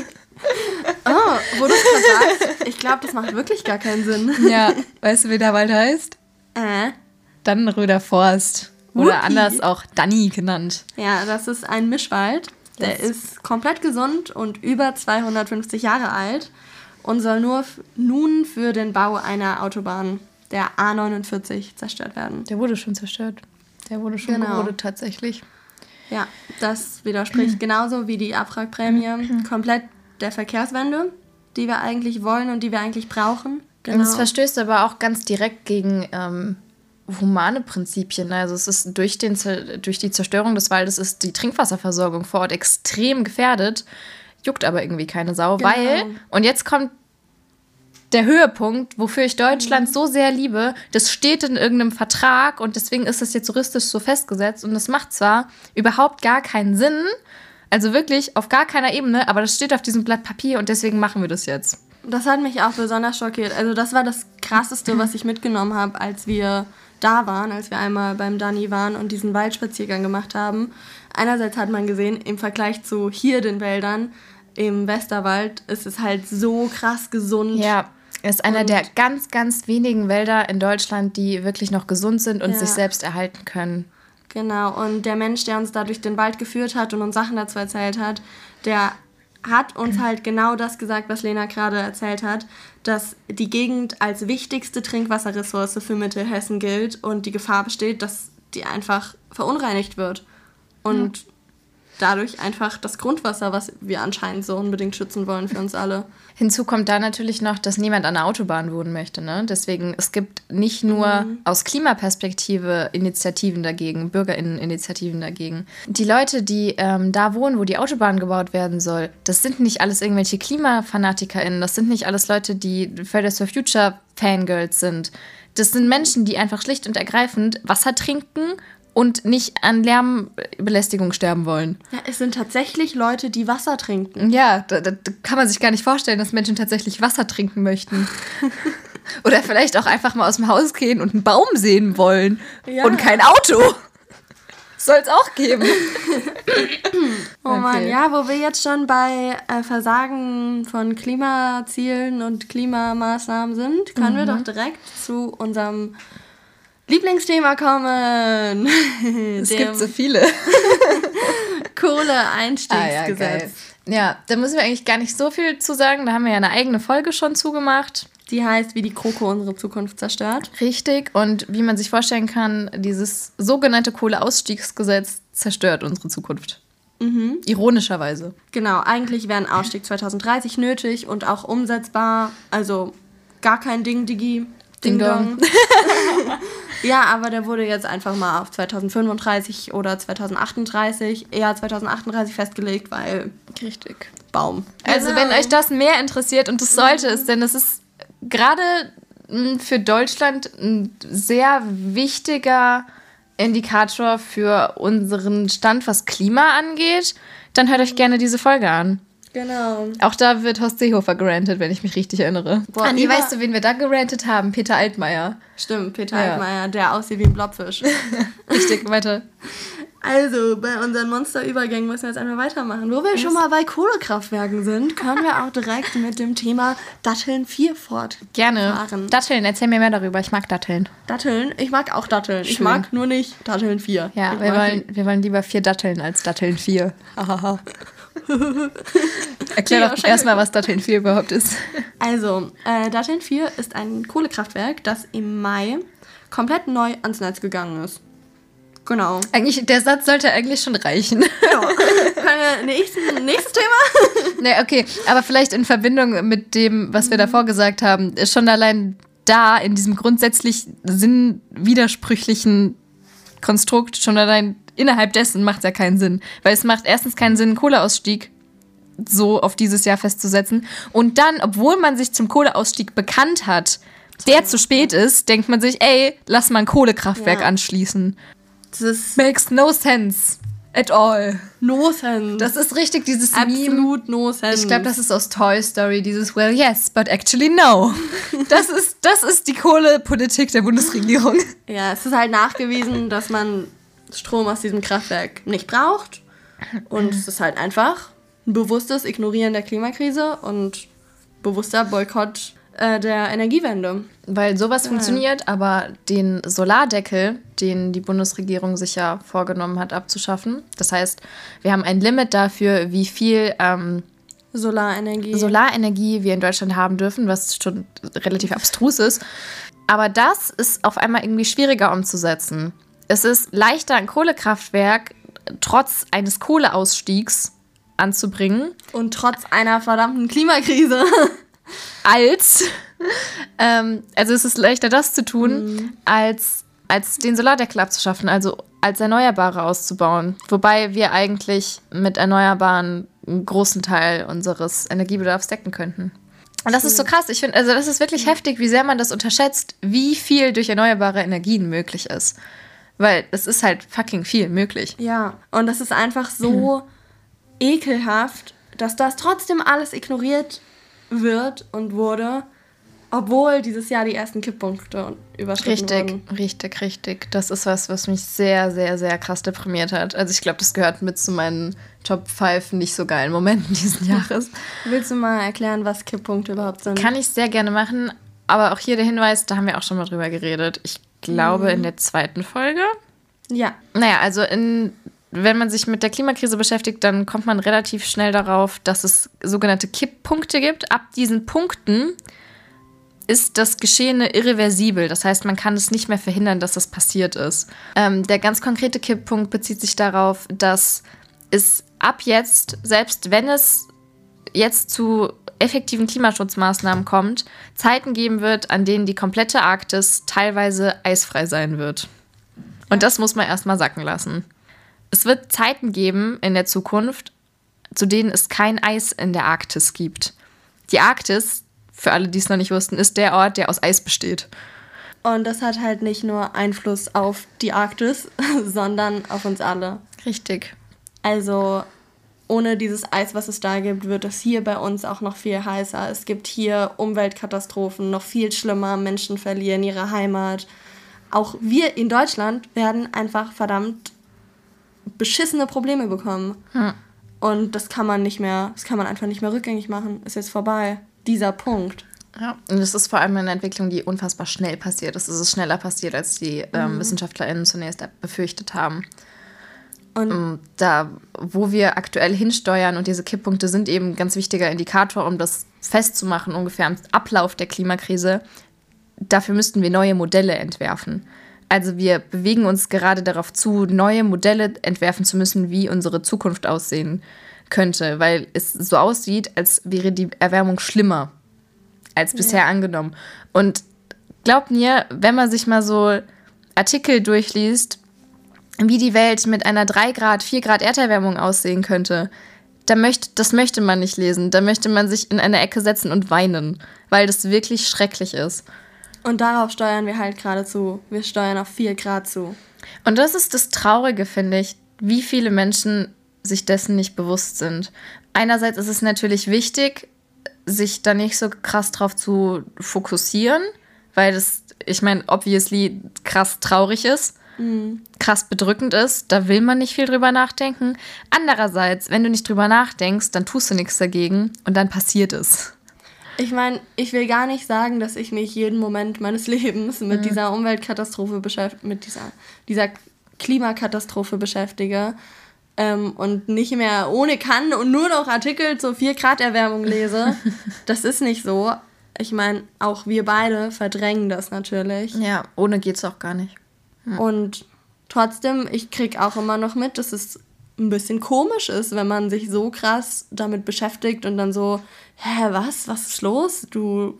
Oh, wo du es gerade sagst, ich glaube, das macht wirklich gar keinen Sinn. Ja, weißt du, wie der Wald heißt? Dannenröder Forst. Oder anders auch Danni genannt. Ja, das ist ein Mischwald. Der ist komplett gesund und über 250 Jahre alt und soll nun für den Bau einer Autobahn, der A49, zerstört werden. Der wurde schon zerstört. Der wurde schon gerodet tatsächlich. Ja, das widerspricht genauso wie die Abwrackprämie komplett der Verkehrswende, die wir eigentlich wollen und die wir eigentlich brauchen. Genau. Und es verstößt aber auch ganz direkt gegen humane Prinzipien. Also es ist durch die Zerstörung des Waldes ist die Trinkwasserversorgung vor Ort extrem gefährdet, juckt aber irgendwie keine Sau, weil, und jetzt kommt der Höhepunkt, wofür ich Deutschland so sehr liebe, das steht in irgendeinem Vertrag und deswegen ist das jetzt juristisch so festgesetzt und das macht zwar überhaupt gar keinen Sinn, also wirklich auf gar keiner Ebene, aber das steht auf diesem Blatt Papier und deswegen machen wir das jetzt. Das hat mich auch besonders schockiert. Also das war das Krasseste, was ich mitgenommen habe, als wir da waren, als wir einmal beim Danni waren und diesen Waldspaziergang gemacht haben. Einerseits hat man gesehen, im Vergleich zu hier den Wäldern, im Westerwald ist es halt so krass gesund. Ja, es ist einer der ganz, ganz wenigen Wälder in Deutschland, die wirklich noch gesund sind und sich selbst erhalten können. Genau, und der Mensch, der uns da durch den Wald geführt hat und uns Sachen dazu erzählt hat, der hat uns halt genau das gesagt, was Lena gerade erzählt hat, dass die Gegend als wichtigste Trinkwasserressource für Mittelhessen gilt und die Gefahr besteht, dass die einfach verunreinigt wird. Und dadurch einfach das Grundwasser, was wir anscheinend so unbedingt schützen wollen für uns alle. Hinzu kommt da natürlich noch, dass niemand an der Autobahn wohnen möchte. Ne? Deswegen, es gibt nicht nur aus Klimaperspektive Initiativen dagegen, BürgerInnen-Initiativen dagegen. Die Leute, die da wohnen, wo die Autobahn gebaut werden soll, das sind nicht alles irgendwelche KlimafanatikerInnen, das sind nicht alles Leute, die Fridays for Future Fangirls sind. Das sind Menschen, die einfach schlicht und ergreifend Wasser trinken und nicht an Lärmbelästigung sterben wollen. Ja, es sind tatsächlich Leute, die Wasser trinken. Ja, da kann man sich gar nicht vorstellen, dass Menschen tatsächlich Wasser trinken möchten. Oder vielleicht auch einfach mal aus dem Haus gehen und einen Baum sehen wollen. Ja. Und kein Auto. Soll es auch geben. Oh Mann, ja, wo wir jetzt schon bei Versagen von Klimazielen und Klimamaßnahmen sind, können wir doch direkt zu unserem Lieblingsthema kommen. Es gibt so viele. Kohleeinstiegsgesetz. Ja, da müssen wir eigentlich gar nicht so viel zu sagen. Da haben wir ja eine eigene Folge schon zugemacht. Die heißt, wie die Kroko unsere Zukunft zerstört. Richtig. Und wie man sich vorstellen kann, dieses sogenannte Kohleausstiegsgesetz zerstört unsere Zukunft. Ironischerweise. Genau, eigentlich wäre ein Ausstieg 2030 nötig und auch umsetzbar. Also gar kein Ding, Digi. Ding Dong. Ja, aber der wurde jetzt einfach mal auf 2035 oder 2038, eher 2038 festgelegt, weil... Richtig. Baum. Also wenn euch das mehr interessiert, und das sollte es, denn es ist gerade für Deutschland ein sehr wichtiger Indikator für unseren Stand, was Klima angeht, dann hört euch gerne diese Folge an. Genau. Auch da wird Horst Seehofer gerantet, wenn ich mich richtig erinnere. Boah, Andi, weißt du, wen wir da gerantet haben? Peter Altmaier. Stimmt, Peter Altmaier, der aussieht wie ein Blobfisch. Richtig, weiter. Also, bei unseren Monsterübergängen müssen wir jetzt einmal weitermachen. Wo wir schon mal bei Kohlekraftwerken sind, können wir auch direkt mit dem Thema Datteln 4 fortfahren. Gerne. Datteln, erzähl mir mehr darüber. Ich mag Datteln. Datteln? Ich mag auch Datteln. Schön. Ich mag nur nicht Datteln 4. Ja, wir wollen lieber 4 Datteln als Datteln 4. Hahaha. Erklär doch erstmal, was Datteln 4 überhaupt ist. Also, Datteln 4 ist ein Kohlekraftwerk, das im Mai komplett neu ans Netz gegangen ist. Genau. Der Satz sollte eigentlich schon reichen. Ja. Können wir nächstes Thema? Nee, okay, aber vielleicht in Verbindung mit dem, was wir davor gesagt haben, ist schon allein da, in diesem grundsätzlich sinnwidersprüchlichen Konstrukt, schon allein innerhalb dessen macht es ja keinen Sinn. Weil es macht erstens keinen Sinn, einen Kohleausstieg so auf dieses Jahr festzusetzen. Und dann, obwohl man sich zum Kohleausstieg bekannt hat, der zu spät ist, denkt man sich, ey, lass mal ein Kohlekraftwerk anschließen. Das makes no sense at all. No sense. Das ist richtig, dieses Absolut Meme. No sense. Ich glaube, das ist aus Toy Story, dieses well, yes, but actually no. Das ist die Kohlepolitik der Bundesregierung. Ja, es ist halt nachgewiesen, dass man Strom aus diesem Kraftwerk nicht braucht. Und es ist halt einfach ein bewusstes Ignorieren der Klimakrise und bewusster Boykott der Energiewende. Weil sowas funktioniert, aber den Solardeckel, den die Bundesregierung sich ja vorgenommen hat abzuschaffen, das heißt, wir haben ein Limit dafür, wie viel Solarenergie wir in Deutschland haben dürfen, was schon relativ abstrus ist. Aber das ist auf einmal irgendwie schwieriger umzusetzen. Es ist leichter, ein Kohlekraftwerk trotz eines Kohleausstiegs anzubringen. Und trotz einer verdammten Klimakrise. Also es ist leichter, das zu tun, als den Solardeckel abzuschaffen, also als Erneuerbare auszubauen. Wobei wir eigentlich mit Erneuerbaren einen großen Teil unseres Energiebedarfs decken könnten. Und das ist so krass. Ich finde, also das ist wirklich heftig, wie sehr man das unterschätzt, wie viel durch erneuerbare Energien möglich ist. Weil es ist halt fucking viel möglich. Ja, und das ist einfach so ekelhaft, dass das trotzdem alles ignoriert wird und wurde, obwohl dieses Jahr die ersten Kipppunkte überschritten wurden. Richtig. Das ist was mich sehr, sehr, sehr krass deprimiert hat. Also ich glaube, das gehört mit zu meinen Top 5 nicht so geilen Momenten diesen Jahres. Willst du mal erklären, was Kipppunkte überhaupt sind? Kann ich sehr gerne machen, aber auch hier der Hinweis, da haben wir auch schon mal drüber geredet. Ich glaube in der 2. Folge. Ja. Naja, also wenn man sich mit der Klimakrise beschäftigt, dann kommt man relativ schnell darauf, dass es sogenannte Kipppunkte gibt. Ab diesen Punkten ist das Geschehene irreversibel. Das heißt, man kann es nicht mehr verhindern, dass das passiert ist. Der ganz konkrete Kipppunkt bezieht sich darauf, dass es ab jetzt, selbst wenn es jetzt zu effektiven Klimaschutzmaßnahmen kommt, Zeiten geben wird, an denen die komplette Arktis teilweise eisfrei sein wird. Und das muss man erstmal sacken lassen. Es wird Zeiten geben in der Zukunft, zu denen es kein Eis in der Arktis gibt. Die Arktis, für alle, die es noch nicht wussten, ist der Ort, der aus Eis besteht. Und das hat halt nicht nur Einfluss auf die Arktis, sondern auf uns alle. Richtig. Also ohne dieses Eis, was es da gibt, wird es hier bei uns auch noch viel heißer. Es gibt hier Umweltkatastrophen, noch viel schlimmer. Menschen verlieren ihre Heimat. Auch wir in Deutschland werden einfach verdammt beschissene Probleme bekommen. Und das kann man einfach nicht mehr rückgängig machen. Ist jetzt vorbei. Dieser Punkt. Ja, und es ist vor allem eine Entwicklung, die unfassbar schnell passiert ist. Es ist schneller passiert, als die WissenschaftlerInnen zunächst befürchtet haben. Und da, wo wir aktuell hinsteuern und diese Kipppunkte sind eben ein ganz wichtiger Indikator, um das festzumachen, ungefähr am Ablauf der Klimakrise, dafür müssten wir neue Modelle entwerfen. Also wir bewegen uns gerade darauf zu, neue Modelle entwerfen zu müssen, wie unsere Zukunft aussehen könnte, weil es so aussieht, als wäre die Erwärmung schlimmer als bisher angenommen. Und glaubt mir, wenn man sich mal so Artikel durchliest, wie die Welt mit einer 3 Grad, 4 Grad Erderwärmung aussehen könnte, das möchte man nicht lesen. Da möchte man sich in eine Ecke setzen und weinen, weil das wirklich schrecklich ist. Und darauf steuern wir halt gerade zu. Wir steuern auf 4 Grad zu. Und das ist das Traurige, finde ich, wie viele Menschen sich dessen nicht bewusst sind. Einerseits ist es natürlich wichtig, sich da nicht so krass drauf zu fokussieren, weil das, ich meine, obviously krass traurig ist, krass bedrückend ist, da will man nicht viel drüber nachdenken. Andererseits, wenn du nicht drüber nachdenkst, dann tust du nichts dagegen und dann passiert es. Ich meine, ich will gar nicht sagen, dass ich mich jeden Moment meines Lebens mit dieser Umweltkatastrophe mit dieser Klimakatastrophe beschäftige. Und nicht mehr ohne kann und nur noch Artikel zur 4 Grad Erwärmung lese. Das ist nicht so. Ich meine, auch wir beide verdrängen das natürlich. Ja, ohne geht's auch gar nicht. Und trotzdem, ich krieg auch immer noch mit, dass es ein bisschen komisch ist, wenn man sich so krass damit beschäftigt und dann so, was ist los? Du,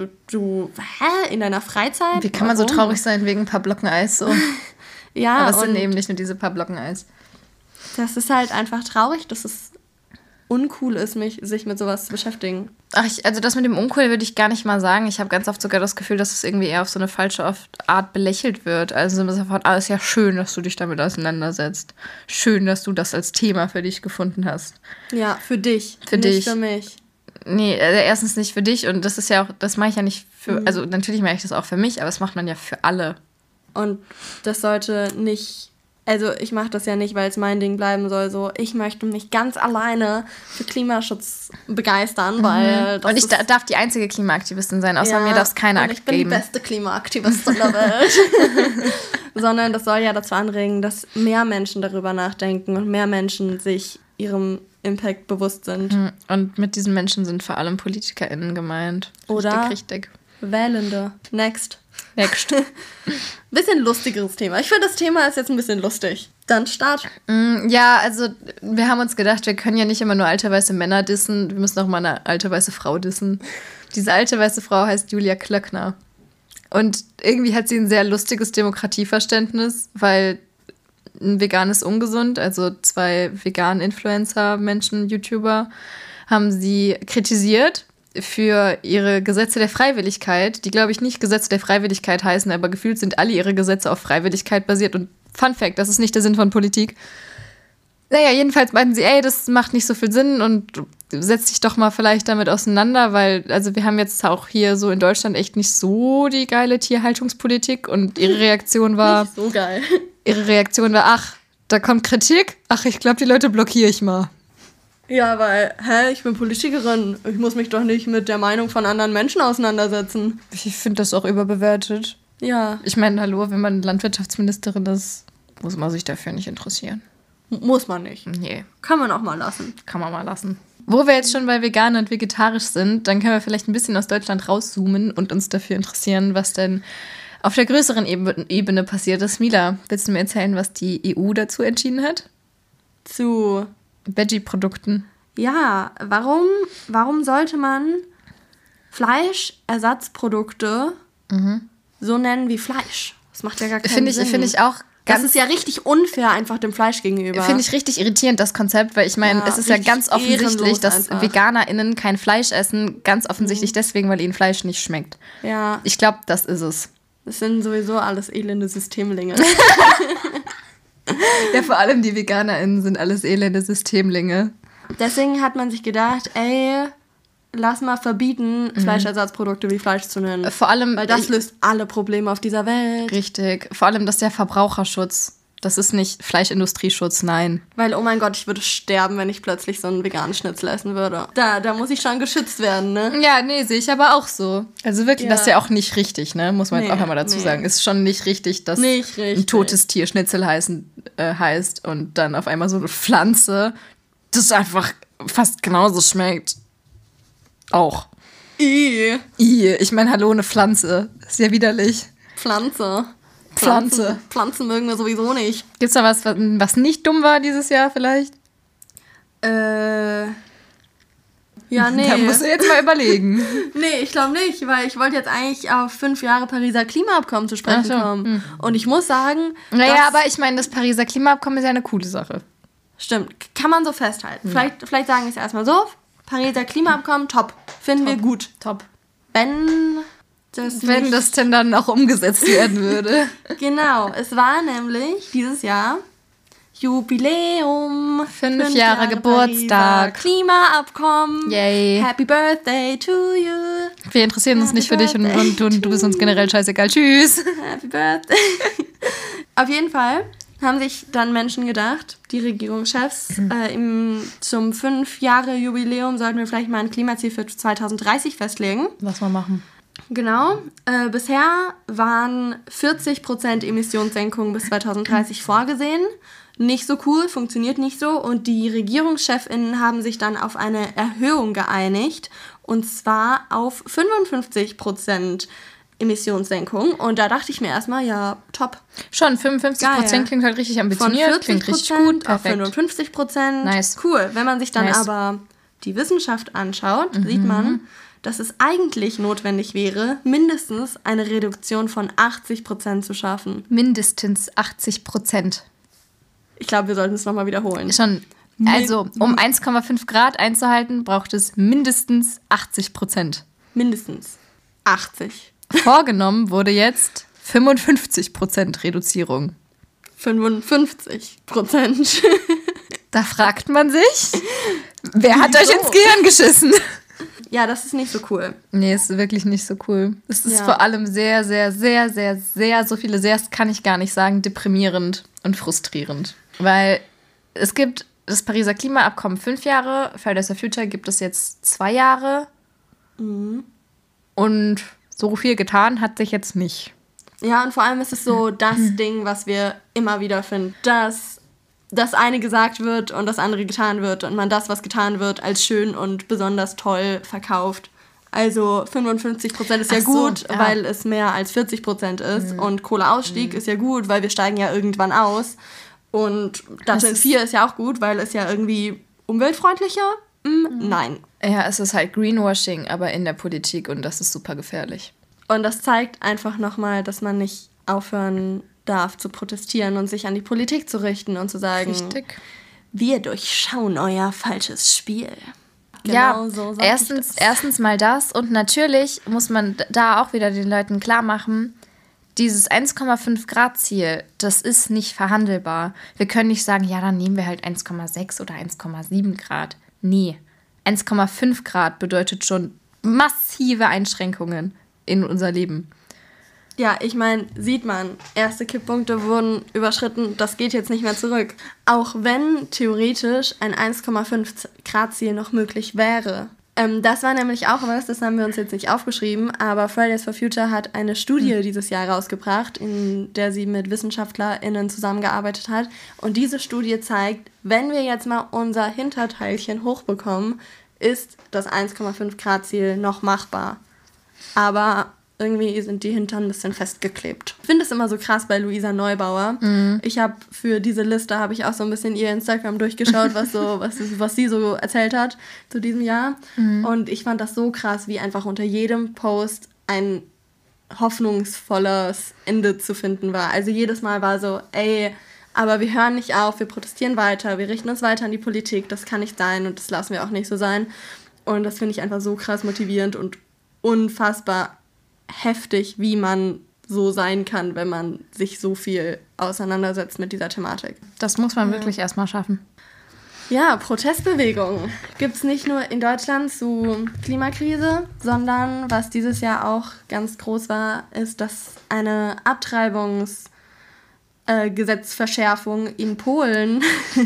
in deiner Freizeit? Wie kann man so traurig sein wegen ein paar Blocken Eis so? Ja, aber es sind eben nicht nur diese paar Blocken Eis. Das ist halt einfach traurig, dass es uncool ist, sich mit sowas zu beschäftigen. Also das mit dem uncool würde ich gar nicht mal sagen. Ich habe ganz oft sogar das Gefühl, dass es irgendwie eher auf so eine falsche Art belächelt wird. Also im Sinne von, ist ja schön, dass du dich damit auseinandersetzt. Schön, dass du das als Thema für dich gefunden hast. Ja, für dich. Für nicht dich. Für mich. Nee, erstens nicht für dich und das ist ja auch, das mache ich ja nicht für, also natürlich mache ich das auch für mich, aber das macht man ja für alle. Und das sollte nicht, also ich mache das ja nicht, weil es mein Ding bleiben soll, so ich möchte mich ganz alleine für Klimaschutz begeistern, weil das und ich darf die einzige Klimaaktivistin sein, außer mir darf es keine geben. Ich bin die beste Klimaaktivistin der Welt. Sondern das soll ja dazu anregen, dass mehr Menschen darüber nachdenken und mehr Menschen sich ihrem Impact bewusst sind. Und mit diesen Menschen sind vor allem PolitikerInnen gemeint. Oder richtig. Wählende. Next. Bisschen lustigeres Thema. Ich finde, das Thema ist jetzt ein bisschen lustig. Dann Start. Ja, also wir haben uns gedacht, wir können ja nicht immer nur alte weiße Männer dissen, wir müssen auch mal eine alte weiße Frau dissen. Diese alte weiße Frau heißt Julia Klöckner. Und irgendwie hat sie ein sehr lustiges Demokratieverständnis, weil ein Vegan ist ungesund, also 2 Vegan-Influencer-Menschen, YouTuber, haben sie kritisiert für ihre Gesetze der Freiwilligkeit, die, glaube ich, nicht Gesetze der Freiwilligkeit heißen, aber gefühlt sind alle ihre Gesetze auf Freiwilligkeit basiert. Und Fun Fact, das ist nicht der Sinn von Politik. Naja, jedenfalls meinten sie, das macht nicht so viel Sinn und setz dich doch mal vielleicht damit auseinander, weil, also wir haben jetzt auch hier so in Deutschland echt nicht so die geile Tierhaltungspolitik und ihre Reaktion war... Nicht so geil. Ihre Reaktion war, da kommt Kritik, ich glaube, die Leute blockiere ich mal. Ja, weil, ich bin Politikerin, ich muss mich doch nicht mit der Meinung von anderen Menschen auseinandersetzen. Ich finde das auch überbewertet. Ja. Ich meine, hallo, wenn man Landwirtschaftsministerin ist, muss man sich dafür nicht interessieren. Muss man nicht. Nee. Kann man auch mal lassen. Kann man mal lassen. Wo wir jetzt schon bei vegan und vegetarisch sind, dann können wir vielleicht ein bisschen aus Deutschland rauszoomen und uns dafür interessieren, was denn auf der größeren Ebene passiert ist. Mila, willst du mir erzählen, was die EU dazu entschieden hat? Zu Veggie-Produkten. Ja, warum sollte man Fleischersatzprodukte so nennen wie Fleisch? Das macht ja gar keinen Sinn. Finde ich auch das ist ja richtig unfair einfach dem Fleisch gegenüber. Finde ich richtig irritierend, das Konzept, weil ich meine, es ist ja ganz offensichtlich, dass VeganerInnen kein Fleisch essen, ganz offensichtlich deswegen, weil ihnen Fleisch nicht schmeckt. Ja. Ich glaube, das ist es. Das sind sowieso alles elende Systemlinge. Ja, vor allem die VeganerInnen sind alles elende Systemlinge. Deswegen hat man sich gedacht, lass mal verbieten, Fleischersatzprodukte wie Fleisch zu nennen. Vor allem, weil das löst alle Probleme auf dieser Welt. Richtig. Vor allem, dass der Verbraucherschutz Das ist nicht Fleischindustrieschutz, nein. Weil, oh mein Gott, ich würde sterben, wenn ich plötzlich so einen veganen Schnitzel essen würde. Da muss ich schon geschützt werden, ne? Ja, nee, sehe ich aber auch so. Also wirklich, das ist ja auch nicht richtig, ne? Muss man jetzt auch nochmal dazu sagen. Ist schon nicht richtig, dass ein totes Tier Schnitzel heißt und dann auf einmal so eine Pflanze, das einfach fast genauso schmeckt. Auch. Ich meine, hallo, eine Pflanze. Ist ja widerlich. Pflanzen mögen wir sowieso nicht. Gibt's da was nicht dumm war dieses Jahr vielleicht? Ja, nee. Da musst du jetzt mal überlegen. Nee, ich glaube nicht, weil ich wollte jetzt eigentlich auf 5 Jahre Pariser Klimaabkommen zu sprechen kommen. Und ich muss sagen... Naja, aber ich meine, das Pariser Klimaabkommen ist ja eine coole Sache. Stimmt, kann man so festhalten. Ja. Vielleicht sagen wir es erstmal so. Pariser Klimaabkommen, top. Finden wir gut. Top. Wenn das denn dann auch umgesetzt werden würde. Genau, es war nämlich dieses Jahr Jubiläum. 5 Jahre Geburtstag. Pariser Klimaabkommen. Yay. Happy Birthday to you. Wir interessieren uns nicht für dich und du bist uns generell scheißegal. Tschüss. Happy Birthday. Auf jeden Fall haben sich dann Menschen gedacht, die Regierungschefs, zum 5-Jahre-Jubiläum sollten wir vielleicht mal ein Klimaziel für 2030 festlegen. Was wir machen. Genau. Bisher waren 40% Emissionssenkung bis 2030 vorgesehen. Nicht so cool, funktioniert nicht so. Und die RegierungschefInnen haben sich dann auf eine Erhöhung geeinigt. Und zwar auf 55% Emissionssenkung. Und da dachte ich mir erstmal, ja, top. Schon, 55% klingt halt richtig ambitioniert, klingt richtig gut, perfekt. Auf 55%, nice. Cool. Wenn man sich dann aber die Wissenschaft anschaut, sieht man, dass es eigentlich notwendig wäre, mindestens eine Reduktion von 80% zu schaffen. Mindestens 80%. Ich glaube, wir sollten es nochmal wiederholen. Schon. Also, um 1,5 Grad einzuhalten, braucht es mindestens 80%. Mindestens 80. Vorgenommen wurde jetzt 55% Reduzierung. 55%. Da fragt man sich, wer hat euch ins Gehirn geschissen? Ja, das ist nicht so cool. Nee, ist wirklich nicht so cool. Es ist vor allem sehr, sehr, sehr, sehr, sehr, so viele Sehrs kann ich gar nicht sagen, deprimierend und frustrierend. Weil es gibt das Pariser Klimaabkommen 5 Jahre, Fridays for Future gibt es jetzt 2 Jahre. Und so viel getan hat sich jetzt nicht. Ja, und vor allem ist es so das Ding, was wir immer wieder finden, dass das eine gesagt wird und das andere getan wird und man das, was getan wird, als schön und besonders toll verkauft. Also 55% ist ja gut, weil es mehr als 40% ist und Kohleausstieg ist ja gut, weil wir steigen ja irgendwann aus und Datteln 4 ist ja auch gut, weil es ja irgendwie umweltfreundlicher. Nein. Ja, es ist halt Greenwashing, aber in der Politik und das ist super gefährlich. Und das zeigt einfach nochmal, dass man nicht aufhören darf zu protestieren und sich an die Politik zu richten und zu sagen, wir durchschauen euer falsches Spiel. Genau, ja, so erstens mal das und natürlich muss man da auch wieder den Leuten klar machen, dieses 1,5 Grad Ziel, das ist nicht verhandelbar. Wir können nicht sagen, ja, dann nehmen wir halt 1,6 oder 1,7 Grad. Nee, 1,5 Grad bedeutet schon massive Einschränkungen in unser Leben. Ja, ich meine, sieht man, erste Kipppunkte wurden überschritten, das geht jetzt nicht mehr zurück. Auch wenn theoretisch ein 1,5 Grad Ziel noch möglich wäre. Das war nämlich auch was, das haben wir uns jetzt nicht aufgeschrieben, aber Fridays for Future hat eine Studie dieses Jahr rausgebracht, in der sie mit WissenschaftlerInnen zusammengearbeitet hat. Und diese Studie zeigt, wenn wir jetzt mal unser Hinterteilchen hochbekommen, ist das 1,5 Grad Ziel noch machbar. Aber irgendwie sind die Hintern ein bisschen festgeklebt. Ich finde es immer so krass bei Luisa Neubauer. Ich habe für diese Liste auch so ein bisschen ihr Instagram durchgeschaut, was sie so erzählt hat zu diesem Jahr. Und ich fand das so krass, wie einfach unter jedem Post ein hoffnungsvolles Ende zu finden war. Also jedes Mal war so, ey, aber wir hören nicht auf, wir protestieren weiter, wir richten uns weiter an die Politik, das kann nicht sein und das lassen wir auch nicht so sein. Und das finde ich einfach so krass motivierend und unfassbar heftig, wie man so sein kann, wenn man sich so viel auseinandersetzt mit dieser Thematik. Das muss man wirklich erstmal schaffen. Ja, Protestbewegung gibt es nicht nur in Deutschland zu Klimakrise, sondern was dieses Jahr auch ganz groß war, ist, dass eine Abtreibungsreform Gesetzesverschärfung in Polen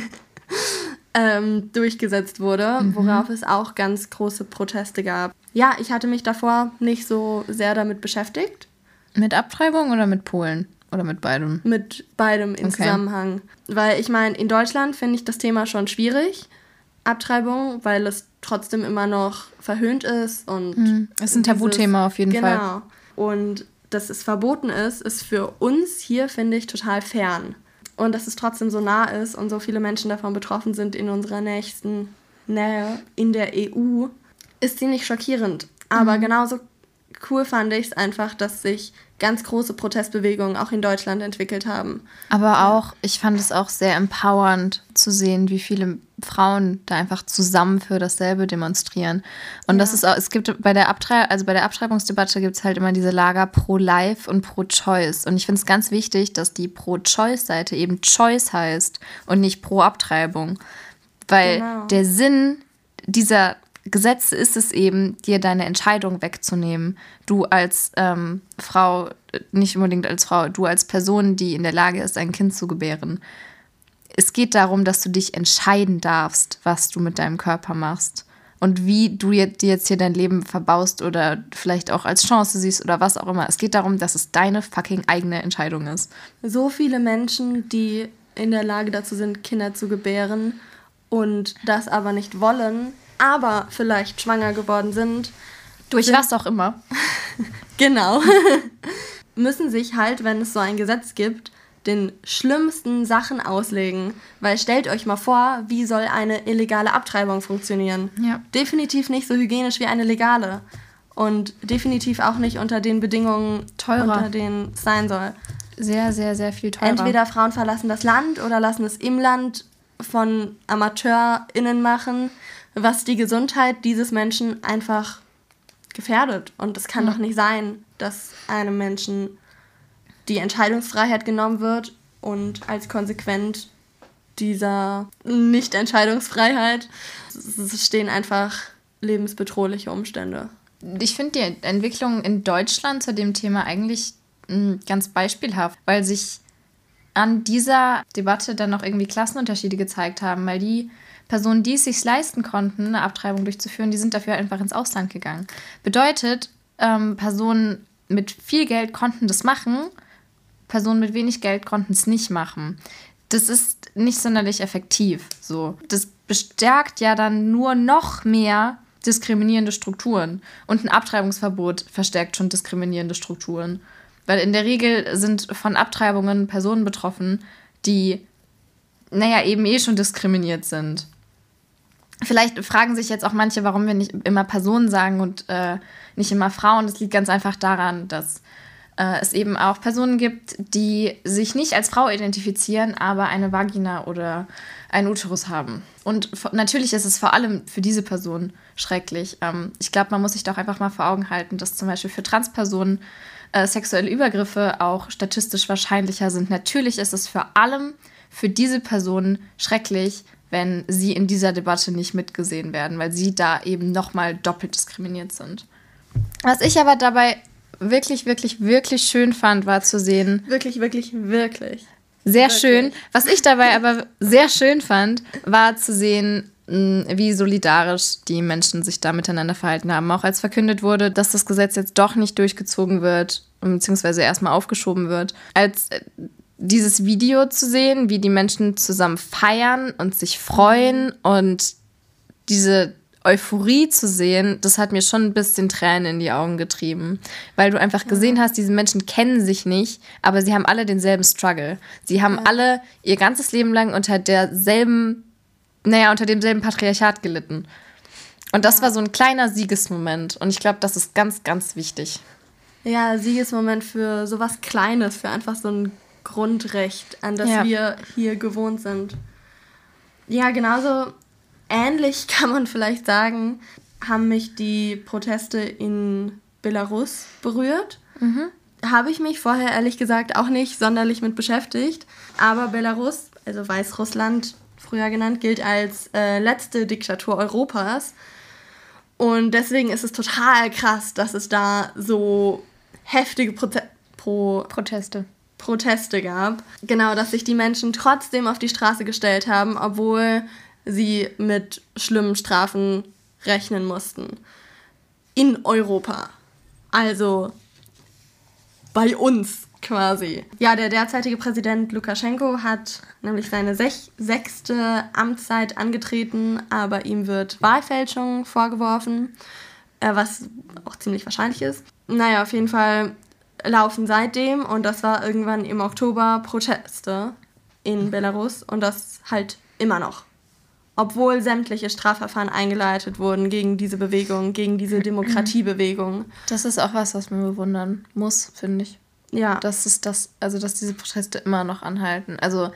durchgesetzt wurde, worauf es auch ganz große Proteste gab. Ja, ich hatte mich davor nicht so sehr damit beschäftigt. Mit Abtreibung oder mit Polen? Oder mit beidem? Mit beidem im Zusammenhang. Weil ich meine, in Deutschland finde ich das Thema schon schwierig, Abtreibung, weil es trotzdem immer noch verhöhnt ist. Und ist ein Tabuthema auf jeden Fall. Genau. Und dass es verboten ist für uns hier, finde ich, total fern. Und dass es trotzdem so nah ist und so viele Menschen davon betroffen sind in unserer nächsten Nähe in der EU, ist ziemlich schockierend. Aber genauso cool fand ich es einfach, dass sich ganz große Protestbewegungen auch in Deutschland entwickelt haben. Aber auch, ich fand es auch sehr empowernd zu sehen, wie viele Frauen da einfach zusammen für dasselbe demonstrieren. Und das ist auch, es gibt bei der Abtreibungsdebatte gibt es halt immer diese Lager pro-Life und pro-Choice. Und ich finde es ganz wichtig, dass die pro-Choice-Seite eben Choice heißt und nicht pro-Abtreibung. Weil der Sinn dieser Gesetze ist es eben, dir deine Entscheidung wegzunehmen. Du als Frau, nicht unbedingt als Frau, du als Person, die in der Lage ist, ein Kind zu gebären. Es geht darum, dass du dich entscheiden darfst, was du mit deinem Körper machst. Und wie du dir jetzt hier dein Leben verbaust oder vielleicht auch als Chance siehst oder was auch immer. Es geht darum, dass es deine fucking eigene Entscheidung ist. So viele Menschen, die in der Lage dazu sind, Kinder zu gebären und das aber nicht wollen, aber vielleicht schwanger geworden sind. Durch was auch immer. Genau. Müssen sich halt, wenn es so ein Gesetz gibt, den schlimmsten Sachen auslegen. Weil stellt euch mal vor, wie soll eine illegale Abtreibung funktionieren? Ja. Definitiv nicht so hygienisch wie eine legale. Und definitiv auch nicht unter den Bedingungen, unter denen es sein soll. Sehr, sehr, sehr viel teurer. Entweder Frauen verlassen das Land oder lassen es im Land von AmateurInnen machen, was die Gesundheit dieses Menschen einfach gefährdet. Und es kann doch nicht sein, dass einem Menschen die Entscheidungsfreiheit genommen wird und als Konsequenz dieser Nicht-Entscheidungsfreiheit stehen einfach lebensbedrohliche Umstände. Ich finde die Entwicklung in Deutschland zu dem Thema eigentlich ganz beispielhaft, weil sich an dieser Debatte dann noch irgendwie Klassenunterschiede gezeigt haben, weil die Personen, die es sich leisten konnten, eine Abtreibung durchzuführen, die sind dafür einfach ins Ausland gegangen. Bedeutet, Personen mit viel Geld konnten das machen, Personen mit wenig Geld konnten es nicht machen. Das ist nicht sonderlich effektiv. So. Das bestärkt ja dann nur noch mehr diskriminierende Strukturen. Und ein Abtreibungsverbot verstärkt schon diskriminierende Strukturen. Weil in der Regel sind von Abtreibungen Personen betroffen, die, eben schon diskriminiert sind. Vielleicht fragen sich jetzt auch manche, warum wir nicht immer Personen sagen und nicht immer Frauen. Das liegt ganz einfach daran, dass es eben auch Personen gibt, die sich nicht als Frau identifizieren, aber eine Vagina oder einen Uterus haben. Und natürlich ist es vor allem für diese Person schrecklich. Ich glaube, man muss sich doch einfach mal vor Augen halten, dass zum Beispiel für Transpersonen sexuelle Übergriffe auch statistisch wahrscheinlicher sind. Natürlich ist es vor allem für diese Personen schrecklich, wenn sie in dieser Debatte nicht mitgesehen werden, weil sie da eben nochmal doppelt diskriminiert sind. Was ich aber dabei wirklich, wirklich, wirklich schön fand, war zu sehen. Wirklich, wirklich, wirklich. Sehr schön. Was ich dabei aber sehr schön fand, war zu sehen, wie solidarisch die Menschen sich da miteinander verhalten haben. Auch als verkündet wurde, dass das Gesetz jetzt doch nicht durchgezogen wird, beziehungsweise erstmal aufgeschoben wird. Als dieses Video zu sehen, wie die Menschen zusammen feiern und sich freuen und diese Euphorie zu sehen, das hat mir schon ein bisschen Tränen in die Augen getrieben. Weil du einfach gesehen hast, diese Menschen kennen sich nicht, aber sie haben alle denselben Struggle. Sie haben alle ihr ganzes Leben lang unter demselben Patriarchat gelitten. Und das war so ein kleiner Siegesmoment. Und ich glaube, das ist ganz, ganz wichtig. Ja, Siegesmoment für sowas Kleines, für einfach so ein Grundrecht, an das wir hier gewohnt sind. Ja, genauso ähnlich kann man vielleicht sagen, haben mich die Proteste in Belarus berührt. Habe ich mich vorher ehrlich gesagt auch nicht sonderlich mit beschäftigt. Aber Belarus, also Weißrussland früher genannt, gilt als letzte Diktatur Europas. Und deswegen ist es total krass, dass es da so heftige Proteste Proteste gab. Genau, dass sich die Menschen trotzdem auf die Straße gestellt haben, obwohl sie mit schlimmen Strafen rechnen mussten. In Europa. Also bei uns quasi. Ja, der derzeitige Präsident Lukaschenko hat nämlich seine sechste Amtszeit angetreten, aber ihm wird Wahlfälschung vorgeworfen, was auch ziemlich wahrscheinlich ist. Naja, auf jeden Fall laufen seitdem, und das war irgendwann im Oktober, Proteste in Belarus und das halt immer noch. Obwohl sämtliche Strafverfahren eingeleitet wurden gegen diese Bewegung, gegen diese Demokratiebewegung. Das ist auch was man bewundern muss, finde ich. Ja. Dass diese Proteste immer noch anhalten. Also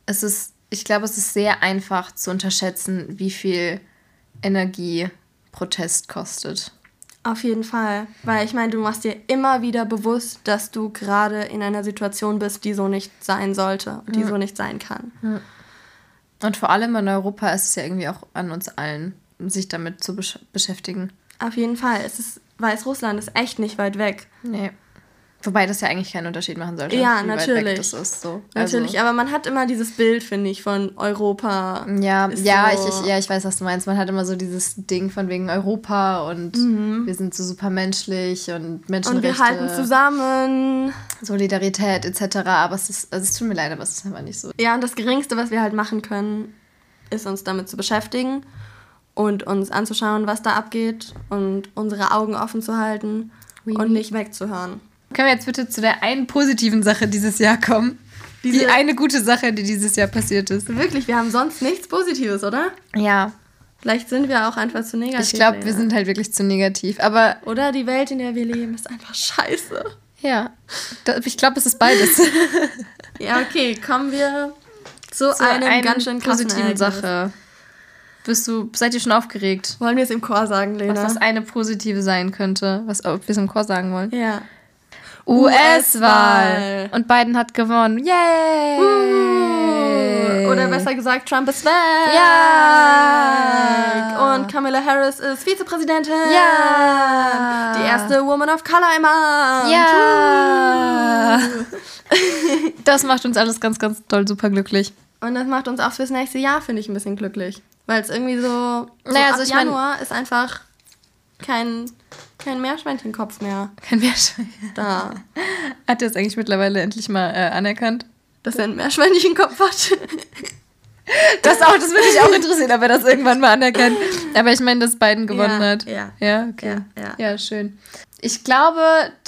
ich glaube, es ist sehr einfach zu unterschätzen, wie viel Energie Protest kostet. Auf jeden Fall. Weil ich meine, du machst dir immer wieder bewusst, dass du gerade in einer Situation bist, die so nicht sein sollte, die so nicht sein kann. Ja. Und vor allem in Europa ist es ja irgendwie auch an uns allen, sich damit zu beschäftigen. Auf jeden Fall. Weißrussland ist echt nicht weit weg. Nee. Wobei das ja eigentlich keinen Unterschied machen sollte, ja, wie natürlich. weit weg das ist. So. Natürlich, also. Aber man hat immer dieses Bild, finde ich, von Europa. Ja, ich weiß, was du meinst. Man hat immer so dieses Ding von wegen Europa und wir sind so super menschlich und Menschenrechte. Und wir halten zusammen. Solidarität etc. Aber es tut mir leid, aber es ist einfach nicht so. Ja, und das Geringste, was wir halt machen können, ist uns damit zu beschäftigen und uns anzuschauen, was da abgeht und unsere Augen offen zu halten und nicht wegzuhören. Können wir jetzt bitte zu der einen positiven Sache dieses Jahr kommen? Die eine gute Sache, die dieses Jahr passiert ist. Wirklich, wir haben sonst nichts Positives, oder? Ja. Vielleicht sind wir auch einfach zu negativ. Ich glaube, wir sind halt wirklich zu negativ. Aber oder die Welt, in der wir leben, ist einfach scheiße. Ja, ich glaube, es ist beides. Ja, okay, kommen wir zu einem ganz schön positiven Sache. Seid ihr schon aufgeregt? Wollen wir es im Chor sagen, Lena? Was das eine positive sein könnte, ob wir es im Chor sagen wollen? Ja. US-Wahl. Und Biden hat gewonnen. Yay! Oder besser gesagt, Trump ist weg. Ja! Und Kamala Harris ist Vizepräsidentin. Ja! Die erste Woman of Color im Amt. Ja! Das macht uns alles ganz, ganz toll, super glücklich. Und das macht uns auch fürs nächste Jahr, finde ich, ein bisschen glücklich. Weil es irgendwie so ab Januar ist einfach kein Meerschweinchenkopf mehr. Kein Meerschweinchen. Da. Hat er es eigentlich mittlerweile endlich mal anerkannt? Dass er einen Meerschweinchenkopf hat? Das würde mich auch interessieren, ob er das irgendwann mal anerkennt. Aber ich meine, dass Biden gewonnen hat. Ja. Ja, okay. Ja, schön. Ich glaube,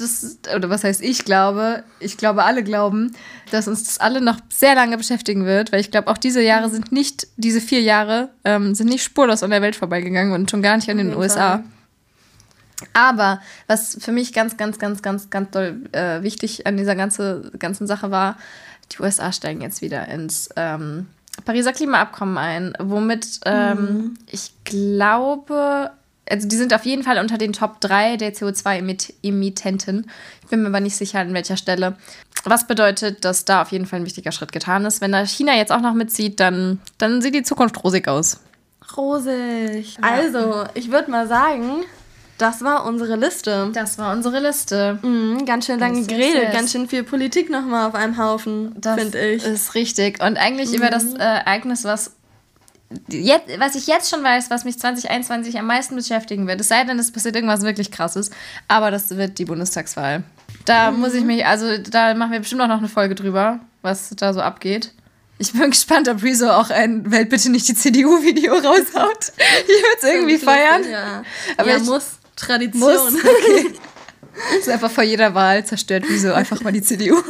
ich glaube, alle glauben, dass uns das alle noch sehr lange beschäftigen wird, weil ich glaube, auch diese 4 Jahre sind nicht spurlos an der Welt vorbeigegangen und schon gar nicht an den USA. Aber was für mich ganz, ganz, ganz, ganz, ganz doll wichtig an dieser ganzen Sache war, die USA steigen jetzt wieder ins Pariser Klimaabkommen ein, womit ich glaube, also die sind auf jeden Fall unter den Top 3 der CO2-Emittenten. Ich bin mir aber nicht sicher, an welcher Stelle. Was bedeutet, dass da auf jeden Fall ein wichtiger Schritt getan ist. Wenn da China jetzt auch noch mitzieht, dann sieht die Zukunft rosig aus. Rosig. Also, ich würde mal sagen, das war unsere Liste. Ganz schön lange geredet, ganz schön viel Politik nochmal auf einem Haufen, finde ich. Das ist richtig. Und eigentlich über das Ereignis, was ich jetzt schon weiß, was mich 2021 am meisten beschäftigen wird, es sei denn, es passiert irgendwas wirklich Krasses, aber das wird die Bundestagswahl. Da da machen wir bestimmt auch noch eine Folge drüber, was da so abgeht. Ich bin gespannt, ob Rezo auch ein Wählt bitte nicht die CDU-Video raushaut. Ich würde es irgendwie feiern. Ja. Aber muss. Tradition. Okay. Das ist einfach vor jeder Wahl zerstört Rezo einfach mal die CDU.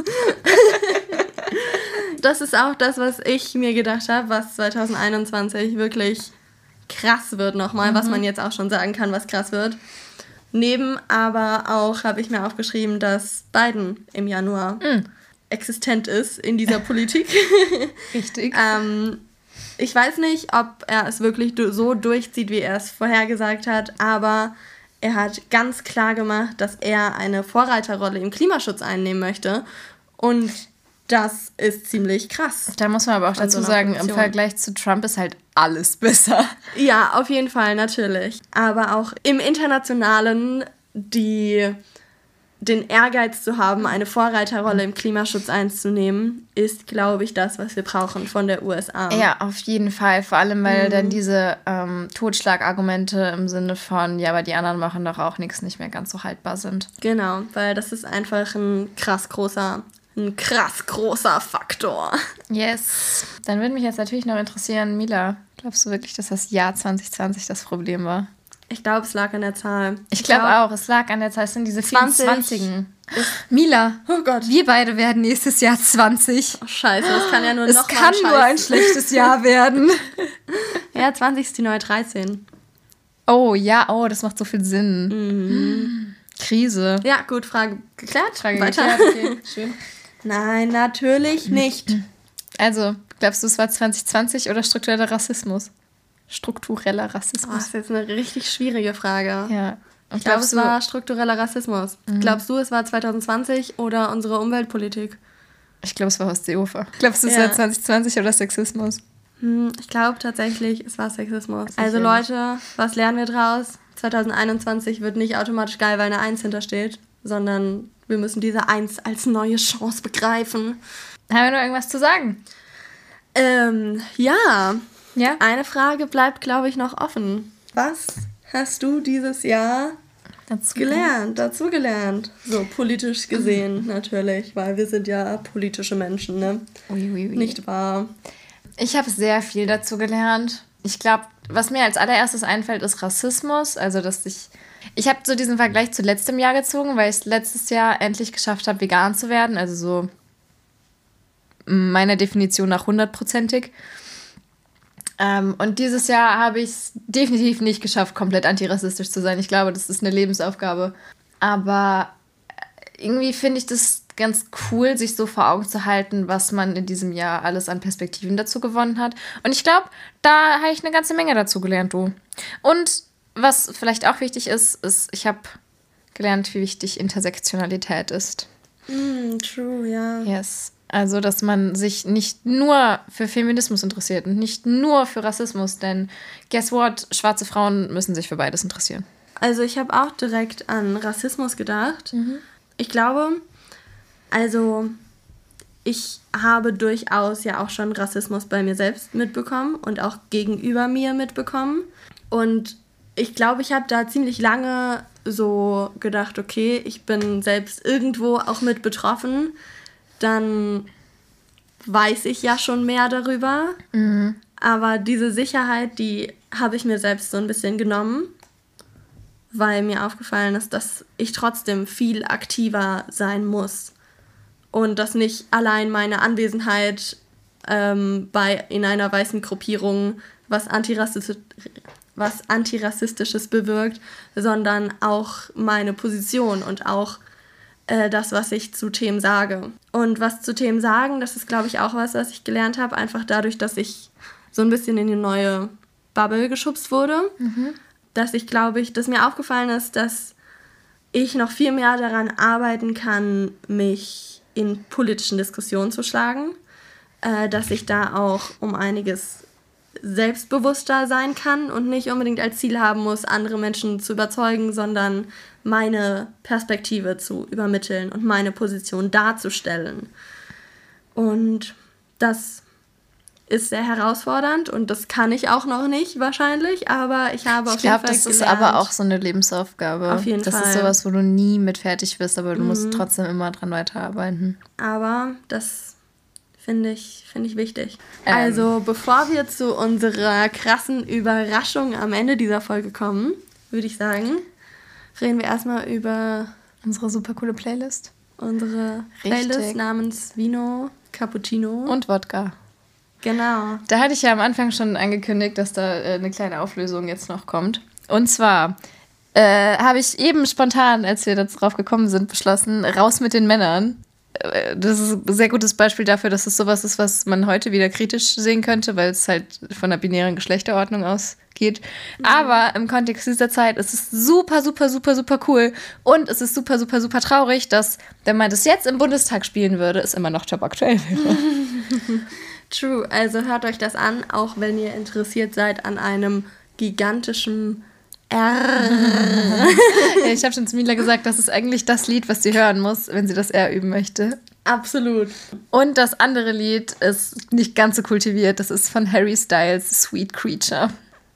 Das ist auch das, was ich mir gedacht habe, was 2021 wirklich krass wird nochmal, was man jetzt auch schon sagen kann, was krass wird. Aber auch habe ich mir aufgeschrieben, dass Biden im Januar existent ist in dieser Politik. Richtig. Ich weiß nicht, ob er es wirklich so durchzieht, wie er es vorhergesagt hat, aber er hat ganz klar gemacht, dass er eine Vorreiterrolle im Klimaschutz einnehmen möchte. Und das ist ziemlich krass. Da muss man aber auch dazu sagen, im Vergleich zu Trump ist halt alles besser. Ja, auf jeden Fall, natürlich. Aber auch im Internationalen, die den Ehrgeiz zu haben, eine Vorreiterrolle im Klimaschutz einzunehmen, ist, glaube ich, das, was wir brauchen von der USA. Ja, auf jeden Fall. Vor allem, weil dann diese Totschlagargumente im Sinne von, ja, aber die anderen machen doch auch nichts, nicht mehr ganz so haltbar sind. Genau, weil das ist einfach ein krass großer Faktor. Yes. Dann würde mich jetzt natürlich noch interessieren, Mila, glaubst du wirklich, dass das Jahr 2020 das Problem war? Ich glaube, es lag an der Zahl. Ich glaube auch, es lag an der Zahl. Es sind diese 24. Mila, oh Gott. Wir beide werden nächstes Jahr 20. Oh, scheiße, das kann ja nur noch mal Es kann nur ein schlechtes Jahr werden. Ja, 20 ist die neue 13. Oh, ja, das macht so viel Sinn. Krise. Ja, gut, Frage geklärt. Weiter. Okay, schön. Nein, natürlich nicht. Also, glaubst du, es war 2020 oder struktureller Rassismus? Struktureller Rassismus. Das ist jetzt eine richtig schwierige Frage. Ja. Und Ich glaube, es war struktureller Rassismus. Glaubst du, es war 2020 oder unsere Umweltpolitik? Ich glaube, es war Horst Seehofer. Glaubst du, es war 2020 oder Sexismus? Ich glaube tatsächlich, es war Sexismus. Also Leute, was lernen wir draus? 2021 wird nicht automatisch geil, weil eine 1 hintersteht, sondern wir müssen diese 1 als neue Chance begreifen. Haben wir noch irgendwas zu sagen? Ja. Ja? Eine Frage bleibt, glaube ich, noch offen. Was hast du dieses Jahr dazugelernt? So politisch gesehen natürlich, weil wir sind ja politische Menschen, ne? Oui. Nicht wahr? Ich habe sehr viel dazu gelernt. Ich glaube, was mir als allererstes einfällt, ist Rassismus. Also, dass ich habe so diesen Vergleich zu letztem Jahr gezogen, weil ich letztes Jahr endlich geschafft habe, vegan zu werden. Also so meiner Definition nach 100%ig. Und dieses Jahr habe ich es definitiv nicht geschafft, komplett antirassistisch zu sein. Ich glaube, das ist eine Lebensaufgabe. Aber irgendwie finde ich das ganz cool, sich so vor Augen zu halten, was man in diesem Jahr alles an Perspektiven dazu gewonnen hat. Und ich glaube, da habe ich eine ganze Menge dazu gelernt, du. Und was vielleicht auch wichtig ist, ich habe gelernt, wie wichtig Intersektionalität ist. True, ja. Yes. Also, dass man sich nicht nur für Feminismus interessiert und nicht nur für Rassismus, denn guess what? Schwarze Frauen müssen sich für beides interessieren. Also ich habe auch direkt an Rassismus gedacht. Ich glaube, ich habe durchaus ja auch schon Rassismus bei mir selbst mitbekommen und auch gegenüber mir mitbekommen. Und ich glaube, ich habe da ziemlich lange so gedacht, okay, ich bin selbst irgendwo auch mit betroffen. Dann weiß ich ja schon mehr darüber. Aber diese Sicherheit, die habe ich mir selbst so ein bisschen genommen, weil mir aufgefallen ist, dass ich trotzdem viel aktiver sein muss. Und dass nicht allein meine Anwesenheit in einer weißen Gruppierung was Antirassistisches bewirkt, sondern auch meine Position und auch das, was ich zu Themen sage. Und was zu Themen sagen, das ist, glaube ich, auch was ich gelernt habe, einfach dadurch, dass ich so ein bisschen in die neue Bubble geschubst wurde. Dass dass mir aufgefallen ist, dass ich noch viel mehr daran arbeiten kann, mich in politischen Diskussionen zu schlagen. Dass ich da auch um einiges selbstbewusster sein kann und nicht unbedingt als Ziel haben muss, andere Menschen zu überzeugen, sondern meine Perspektive zu übermitteln und meine Position darzustellen. Und das ist sehr herausfordernd und das kann ich auch noch nicht wahrscheinlich, aber ich habe auf jeden Fall gelernt. Ich glaube, das ist aber auch so eine Lebensaufgabe. Auf jeden Fall. Das ist sowas, wo du nie mit fertig wirst, aber du musst trotzdem immer dran weiterarbeiten. Aber das finde ich wichtig. Also, bevor wir zu unserer krassen Überraschung am Ende dieser Folge kommen, würde ich sagen, reden wir erstmal über unsere super coole Playlist. Unsere Playlist namens Vino, Cappuccino und Wodka. Genau. Da hatte ich ja am Anfang schon angekündigt, dass da eine kleine Auflösung jetzt noch kommt. Und zwar habe ich eben spontan, als wir darauf gekommen sind, beschlossen, raus mit den Männern. Das ist ein sehr gutes Beispiel dafür, dass es sowas ist, was man heute wieder kritisch sehen könnte, weil es halt von der binären Geschlechterordnung ausgeht. Aber im Kontext dieser Zeit ist es super, super, super, super cool. Und es ist super, super, super traurig, dass, wenn man das jetzt im Bundestag spielen würde, es immer noch top aktuell wäre. True, also hört euch das an, auch wenn ihr interessiert seid an einem gigantischen Ja, ich habe schon zu Mila gesagt, das ist eigentlich das Lied, was sie hören muss, wenn sie das R üben möchte. Absolut. Und das andere Lied ist nicht ganz so kultiviert. Das ist von Harry Styles, Sweet Creature.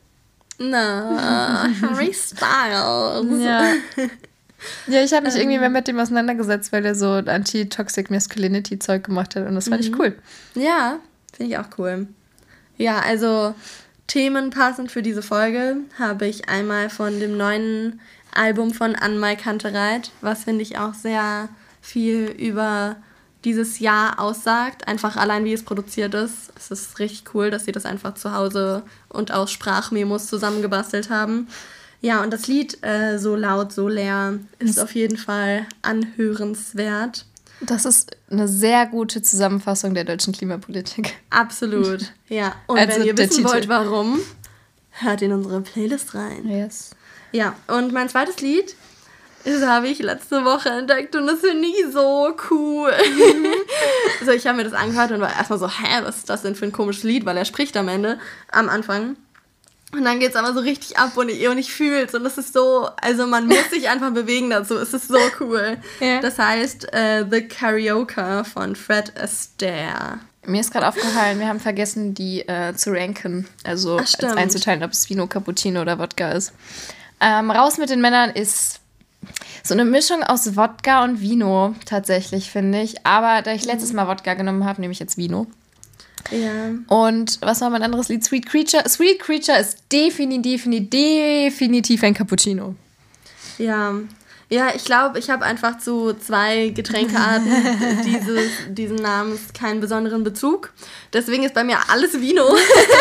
Na, Harry Styles. Ja. Ja, ich habe mich irgendwie mehr mit dem auseinandergesetzt, weil er so Anti-Toxic Masculinity-Zeug gemacht hat und das fand ich cool. Ja, finde ich auch cool. Ja, also Themen passend für diese Folge habe ich einmal von dem neuen Album von Anmai Kantereit, was finde ich auch sehr viel über dieses Jahr aussagt. Einfach allein, wie es produziert ist. Es ist richtig cool, dass sie das einfach zu Hause und aus Sprachmemos zusammengebastelt haben. Ja, und das Lied So laut, so leer ist auf jeden Fall anhörenswert. Das ist eine sehr gute Zusammenfassung der deutschen Klimapolitik. Absolut, ja. Und also wenn ihr wissen Titel. wollt, warum, hört in unsere Playlist rein. Yes. Ja, und mein zweites Lied, das habe ich letzte Woche entdeckt und das finde ich so cool. Also ich habe mir das angehört und war erstmal so, was ist das denn für ein komisches Lied, weil er spricht am Anfang. Und dann geht es aber so richtig ab und ich fühle es. Und das ist so, also man muss sich einfach bewegen dazu. Es ist so cool. Ja. Das heißt The Karaoke von Fred Astaire. Mir ist gerade aufgefallen, wir haben vergessen, die zu ranken. Also einzuteilen, ob es Vino, Cappuccino oder Wodka ist. Raus mit den Männern ist so eine Mischung aus Wodka und Vino tatsächlich, finde ich. Aber da ich letztes Mal Wodka genommen habe, nehme ich jetzt Vino. Ja. Und was war mein anderes Lied? Sweet Creature. Sweet Creature ist definitiv ein Cappuccino. Ja. Ja, ich glaube, ich habe einfach zu 2 Getränkearten diesen Namens keinen besonderen Bezug. Deswegen ist bei mir alles Vino.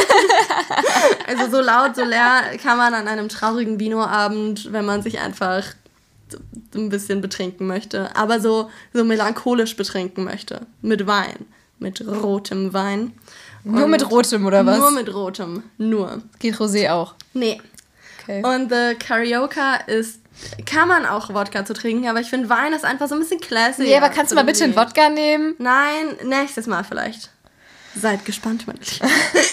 Also so laut, so leer kann man an einem traurigen Vinoabend, wenn man sich einfach ein bisschen betrinken möchte, aber so melancholisch betrinken möchte. Mit Wein. Mit rotem Wein. Nur mit rotem, oder was? Nur mit rotem. Nur. Geht Rosé auch? Nee. Okay. Und The Karaoke kann man auch Wodka zu trinken, aber ich finde Wein ist einfach so ein bisschen classy. Ja, aber kannst du mal bitte einen Wodka nehmen? Nein, nächstes Mal vielleicht. Seid gespannt, meine Lieben.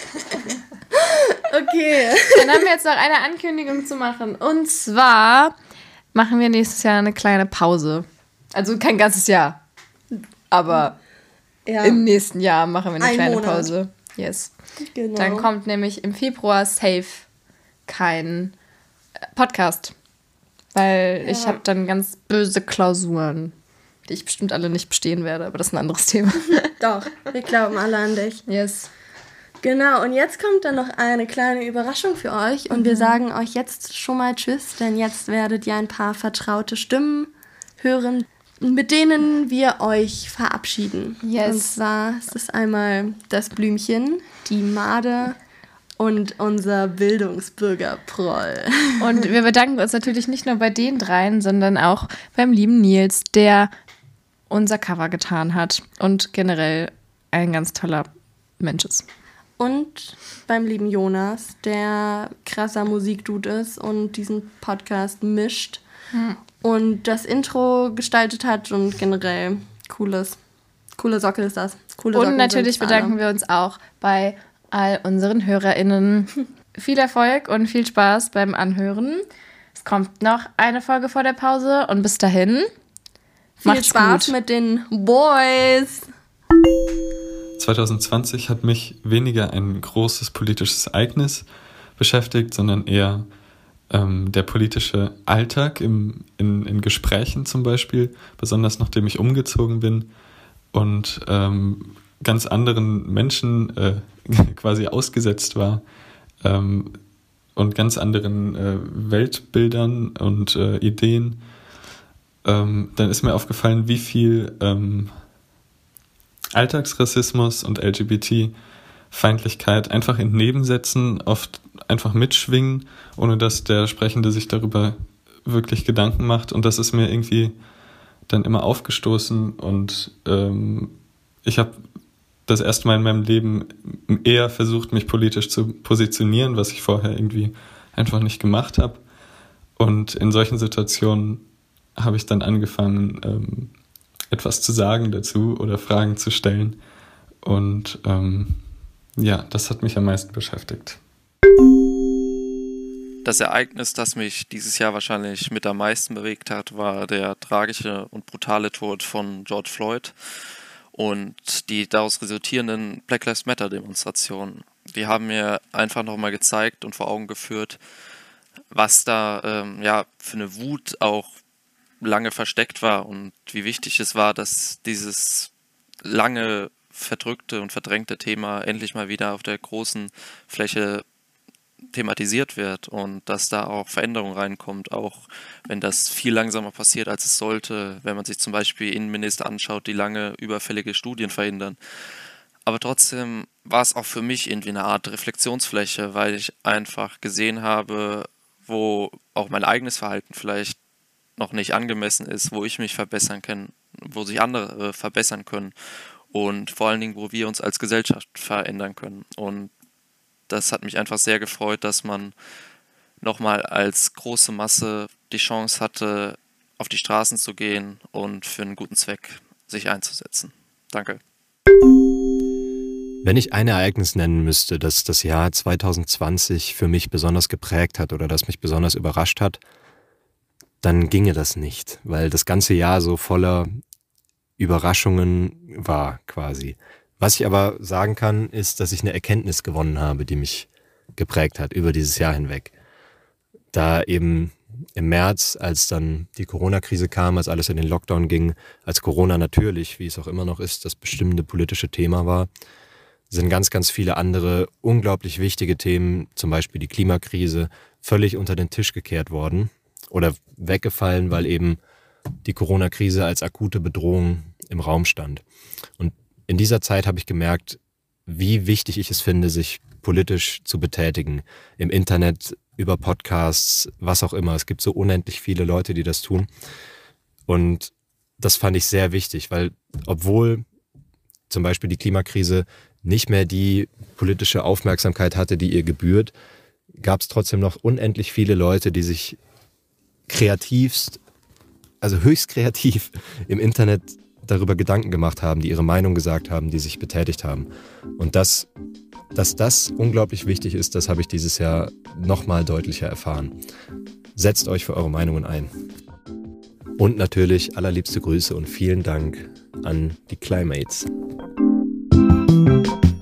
Okay. Dann haben wir jetzt noch eine Ankündigung zu machen. Und zwar machen wir nächstes Jahr eine kleine Pause. Also kein ganzes Jahr. Aber im nächsten Jahr machen wir eine kleine Pause. Yes. Genau. Dann kommt nämlich im Februar safe kein Podcast. Weil ich habe dann ganz böse Klausuren, die ich bestimmt alle nicht bestehen werde. Aber das ist ein anderes Thema. Doch, wir glauben alle an dich. Yes. Genau, und jetzt kommt dann noch eine kleine Überraschung für euch. Und wir sagen euch jetzt schon mal Tschüss, denn jetzt werdet ihr ein paar vertraute Stimmen hören, mit denen wir euch verabschieden. Yes. Und zwar ist es einmal das Blümchen, die Made und unser Bildungsbürgerproll. Und wir bedanken uns natürlich nicht nur bei den dreien, sondern auch beim lieben Nils, der unser Cover getan hat und generell ein ganz toller Mensch ist. Und beim lieben Jonas, der krasser Musikdude ist und diesen Podcast mischt. Und das Intro gestaltet hat und generell coole Socke ist das. Coole und Socken natürlich bedanken wir uns auch bei all unseren HörerInnen. Viel Erfolg und viel Spaß beim Anhören. Es kommt noch eine Folge vor der Pause und bis dahin viel Spaß mit den Boys. 2020 hat mich weniger ein großes politisches Ereignis beschäftigt, sondern eher der politische Alltag in Gesprächen zum Beispiel, besonders nachdem ich umgezogen bin und ganz anderen Menschen quasi ausgesetzt war und ganz anderen Weltbildern und Ideen. Dann ist mir aufgefallen, wie viel Alltagsrassismus und LGBT-Feindlichkeit einfach in Nebensätzen oft einfach mitschwingen, ohne dass der Sprechende sich darüber wirklich Gedanken macht. Und das ist mir irgendwie dann immer aufgestoßen. Und ich habe das erste Mal in meinem Leben eher versucht, mich politisch zu positionieren, was ich vorher irgendwie einfach nicht gemacht habe. Und in solchen Situationen habe ich dann angefangen, etwas zu sagen dazu oder Fragen zu stellen. Und das hat mich am meisten beschäftigt. Das Ereignis, das mich dieses Jahr wahrscheinlich mit am meisten bewegt hat, war der tragische und brutale Tod von George Floyd und die daraus resultierenden Black Lives Matter Demonstrationen. Die haben mir einfach nochmal gezeigt und vor Augen geführt, was da für eine Wut auch lange versteckt war und wie wichtig es war, dass dieses lange verdrückte und verdrängte Thema endlich mal wieder auf der großen Fläche thematisiert wird und dass da auch Veränderung reinkommt, auch wenn das viel langsamer passiert, als es sollte, wenn man sich zum Beispiel Innenminister anschaut, die lange überfällige Studien verhindern. Aber trotzdem war es auch für mich irgendwie eine Art Reflexionsfläche, weil ich einfach gesehen habe, wo auch mein eigenes Verhalten vielleicht noch nicht angemessen ist, wo ich mich verbessern kann, wo sich andere verbessern können und vor allen Dingen, wo wir uns als Gesellschaft verändern können. Und das hat mich einfach sehr gefreut, dass man nochmal als große Masse die Chance hatte, auf die Straßen zu gehen und für einen guten Zweck sich einzusetzen. Danke. Wenn ich ein Ereignis nennen müsste, das das Jahr 2020 für mich besonders geprägt hat oder das mich besonders überrascht hat, dann ginge das nicht, weil das ganze Jahr so voller Überraschungen war quasi. Was ich aber sagen kann, ist, dass ich eine Erkenntnis gewonnen habe, die mich geprägt hat über dieses Jahr hinweg. Da eben im März, als dann die Corona-Krise kam, als alles in den Lockdown ging, als Corona natürlich, wie es auch immer noch ist, das bestimmende politische Thema war, sind ganz, ganz viele andere unglaublich wichtige Themen, zum Beispiel die Klimakrise, völlig unter den Tisch gekehrt worden oder weggefallen, weil eben die Corona-Krise als akute Bedrohung im Raum stand. Und in dieser Zeit habe ich gemerkt, wie wichtig ich es finde, sich politisch zu betätigen. Im Internet, über Podcasts, was auch immer. Es gibt so unendlich viele Leute, die das tun. Und das fand ich sehr wichtig, weil obwohl zum Beispiel die Klimakrise nicht mehr die politische Aufmerksamkeit hatte, die ihr gebührt, gab es trotzdem noch unendlich viele Leute, die sich kreativst, also höchst kreativ im Internet darüber Gedanken gemacht haben, die ihre Meinung gesagt haben, die sich betätigt haben. Und dass das unglaublich wichtig ist, das habe ich dieses Jahr nochmal deutlicher erfahren. Setzt euch für eure Meinungen ein. Und natürlich allerliebste Grüße und vielen Dank an die Climates.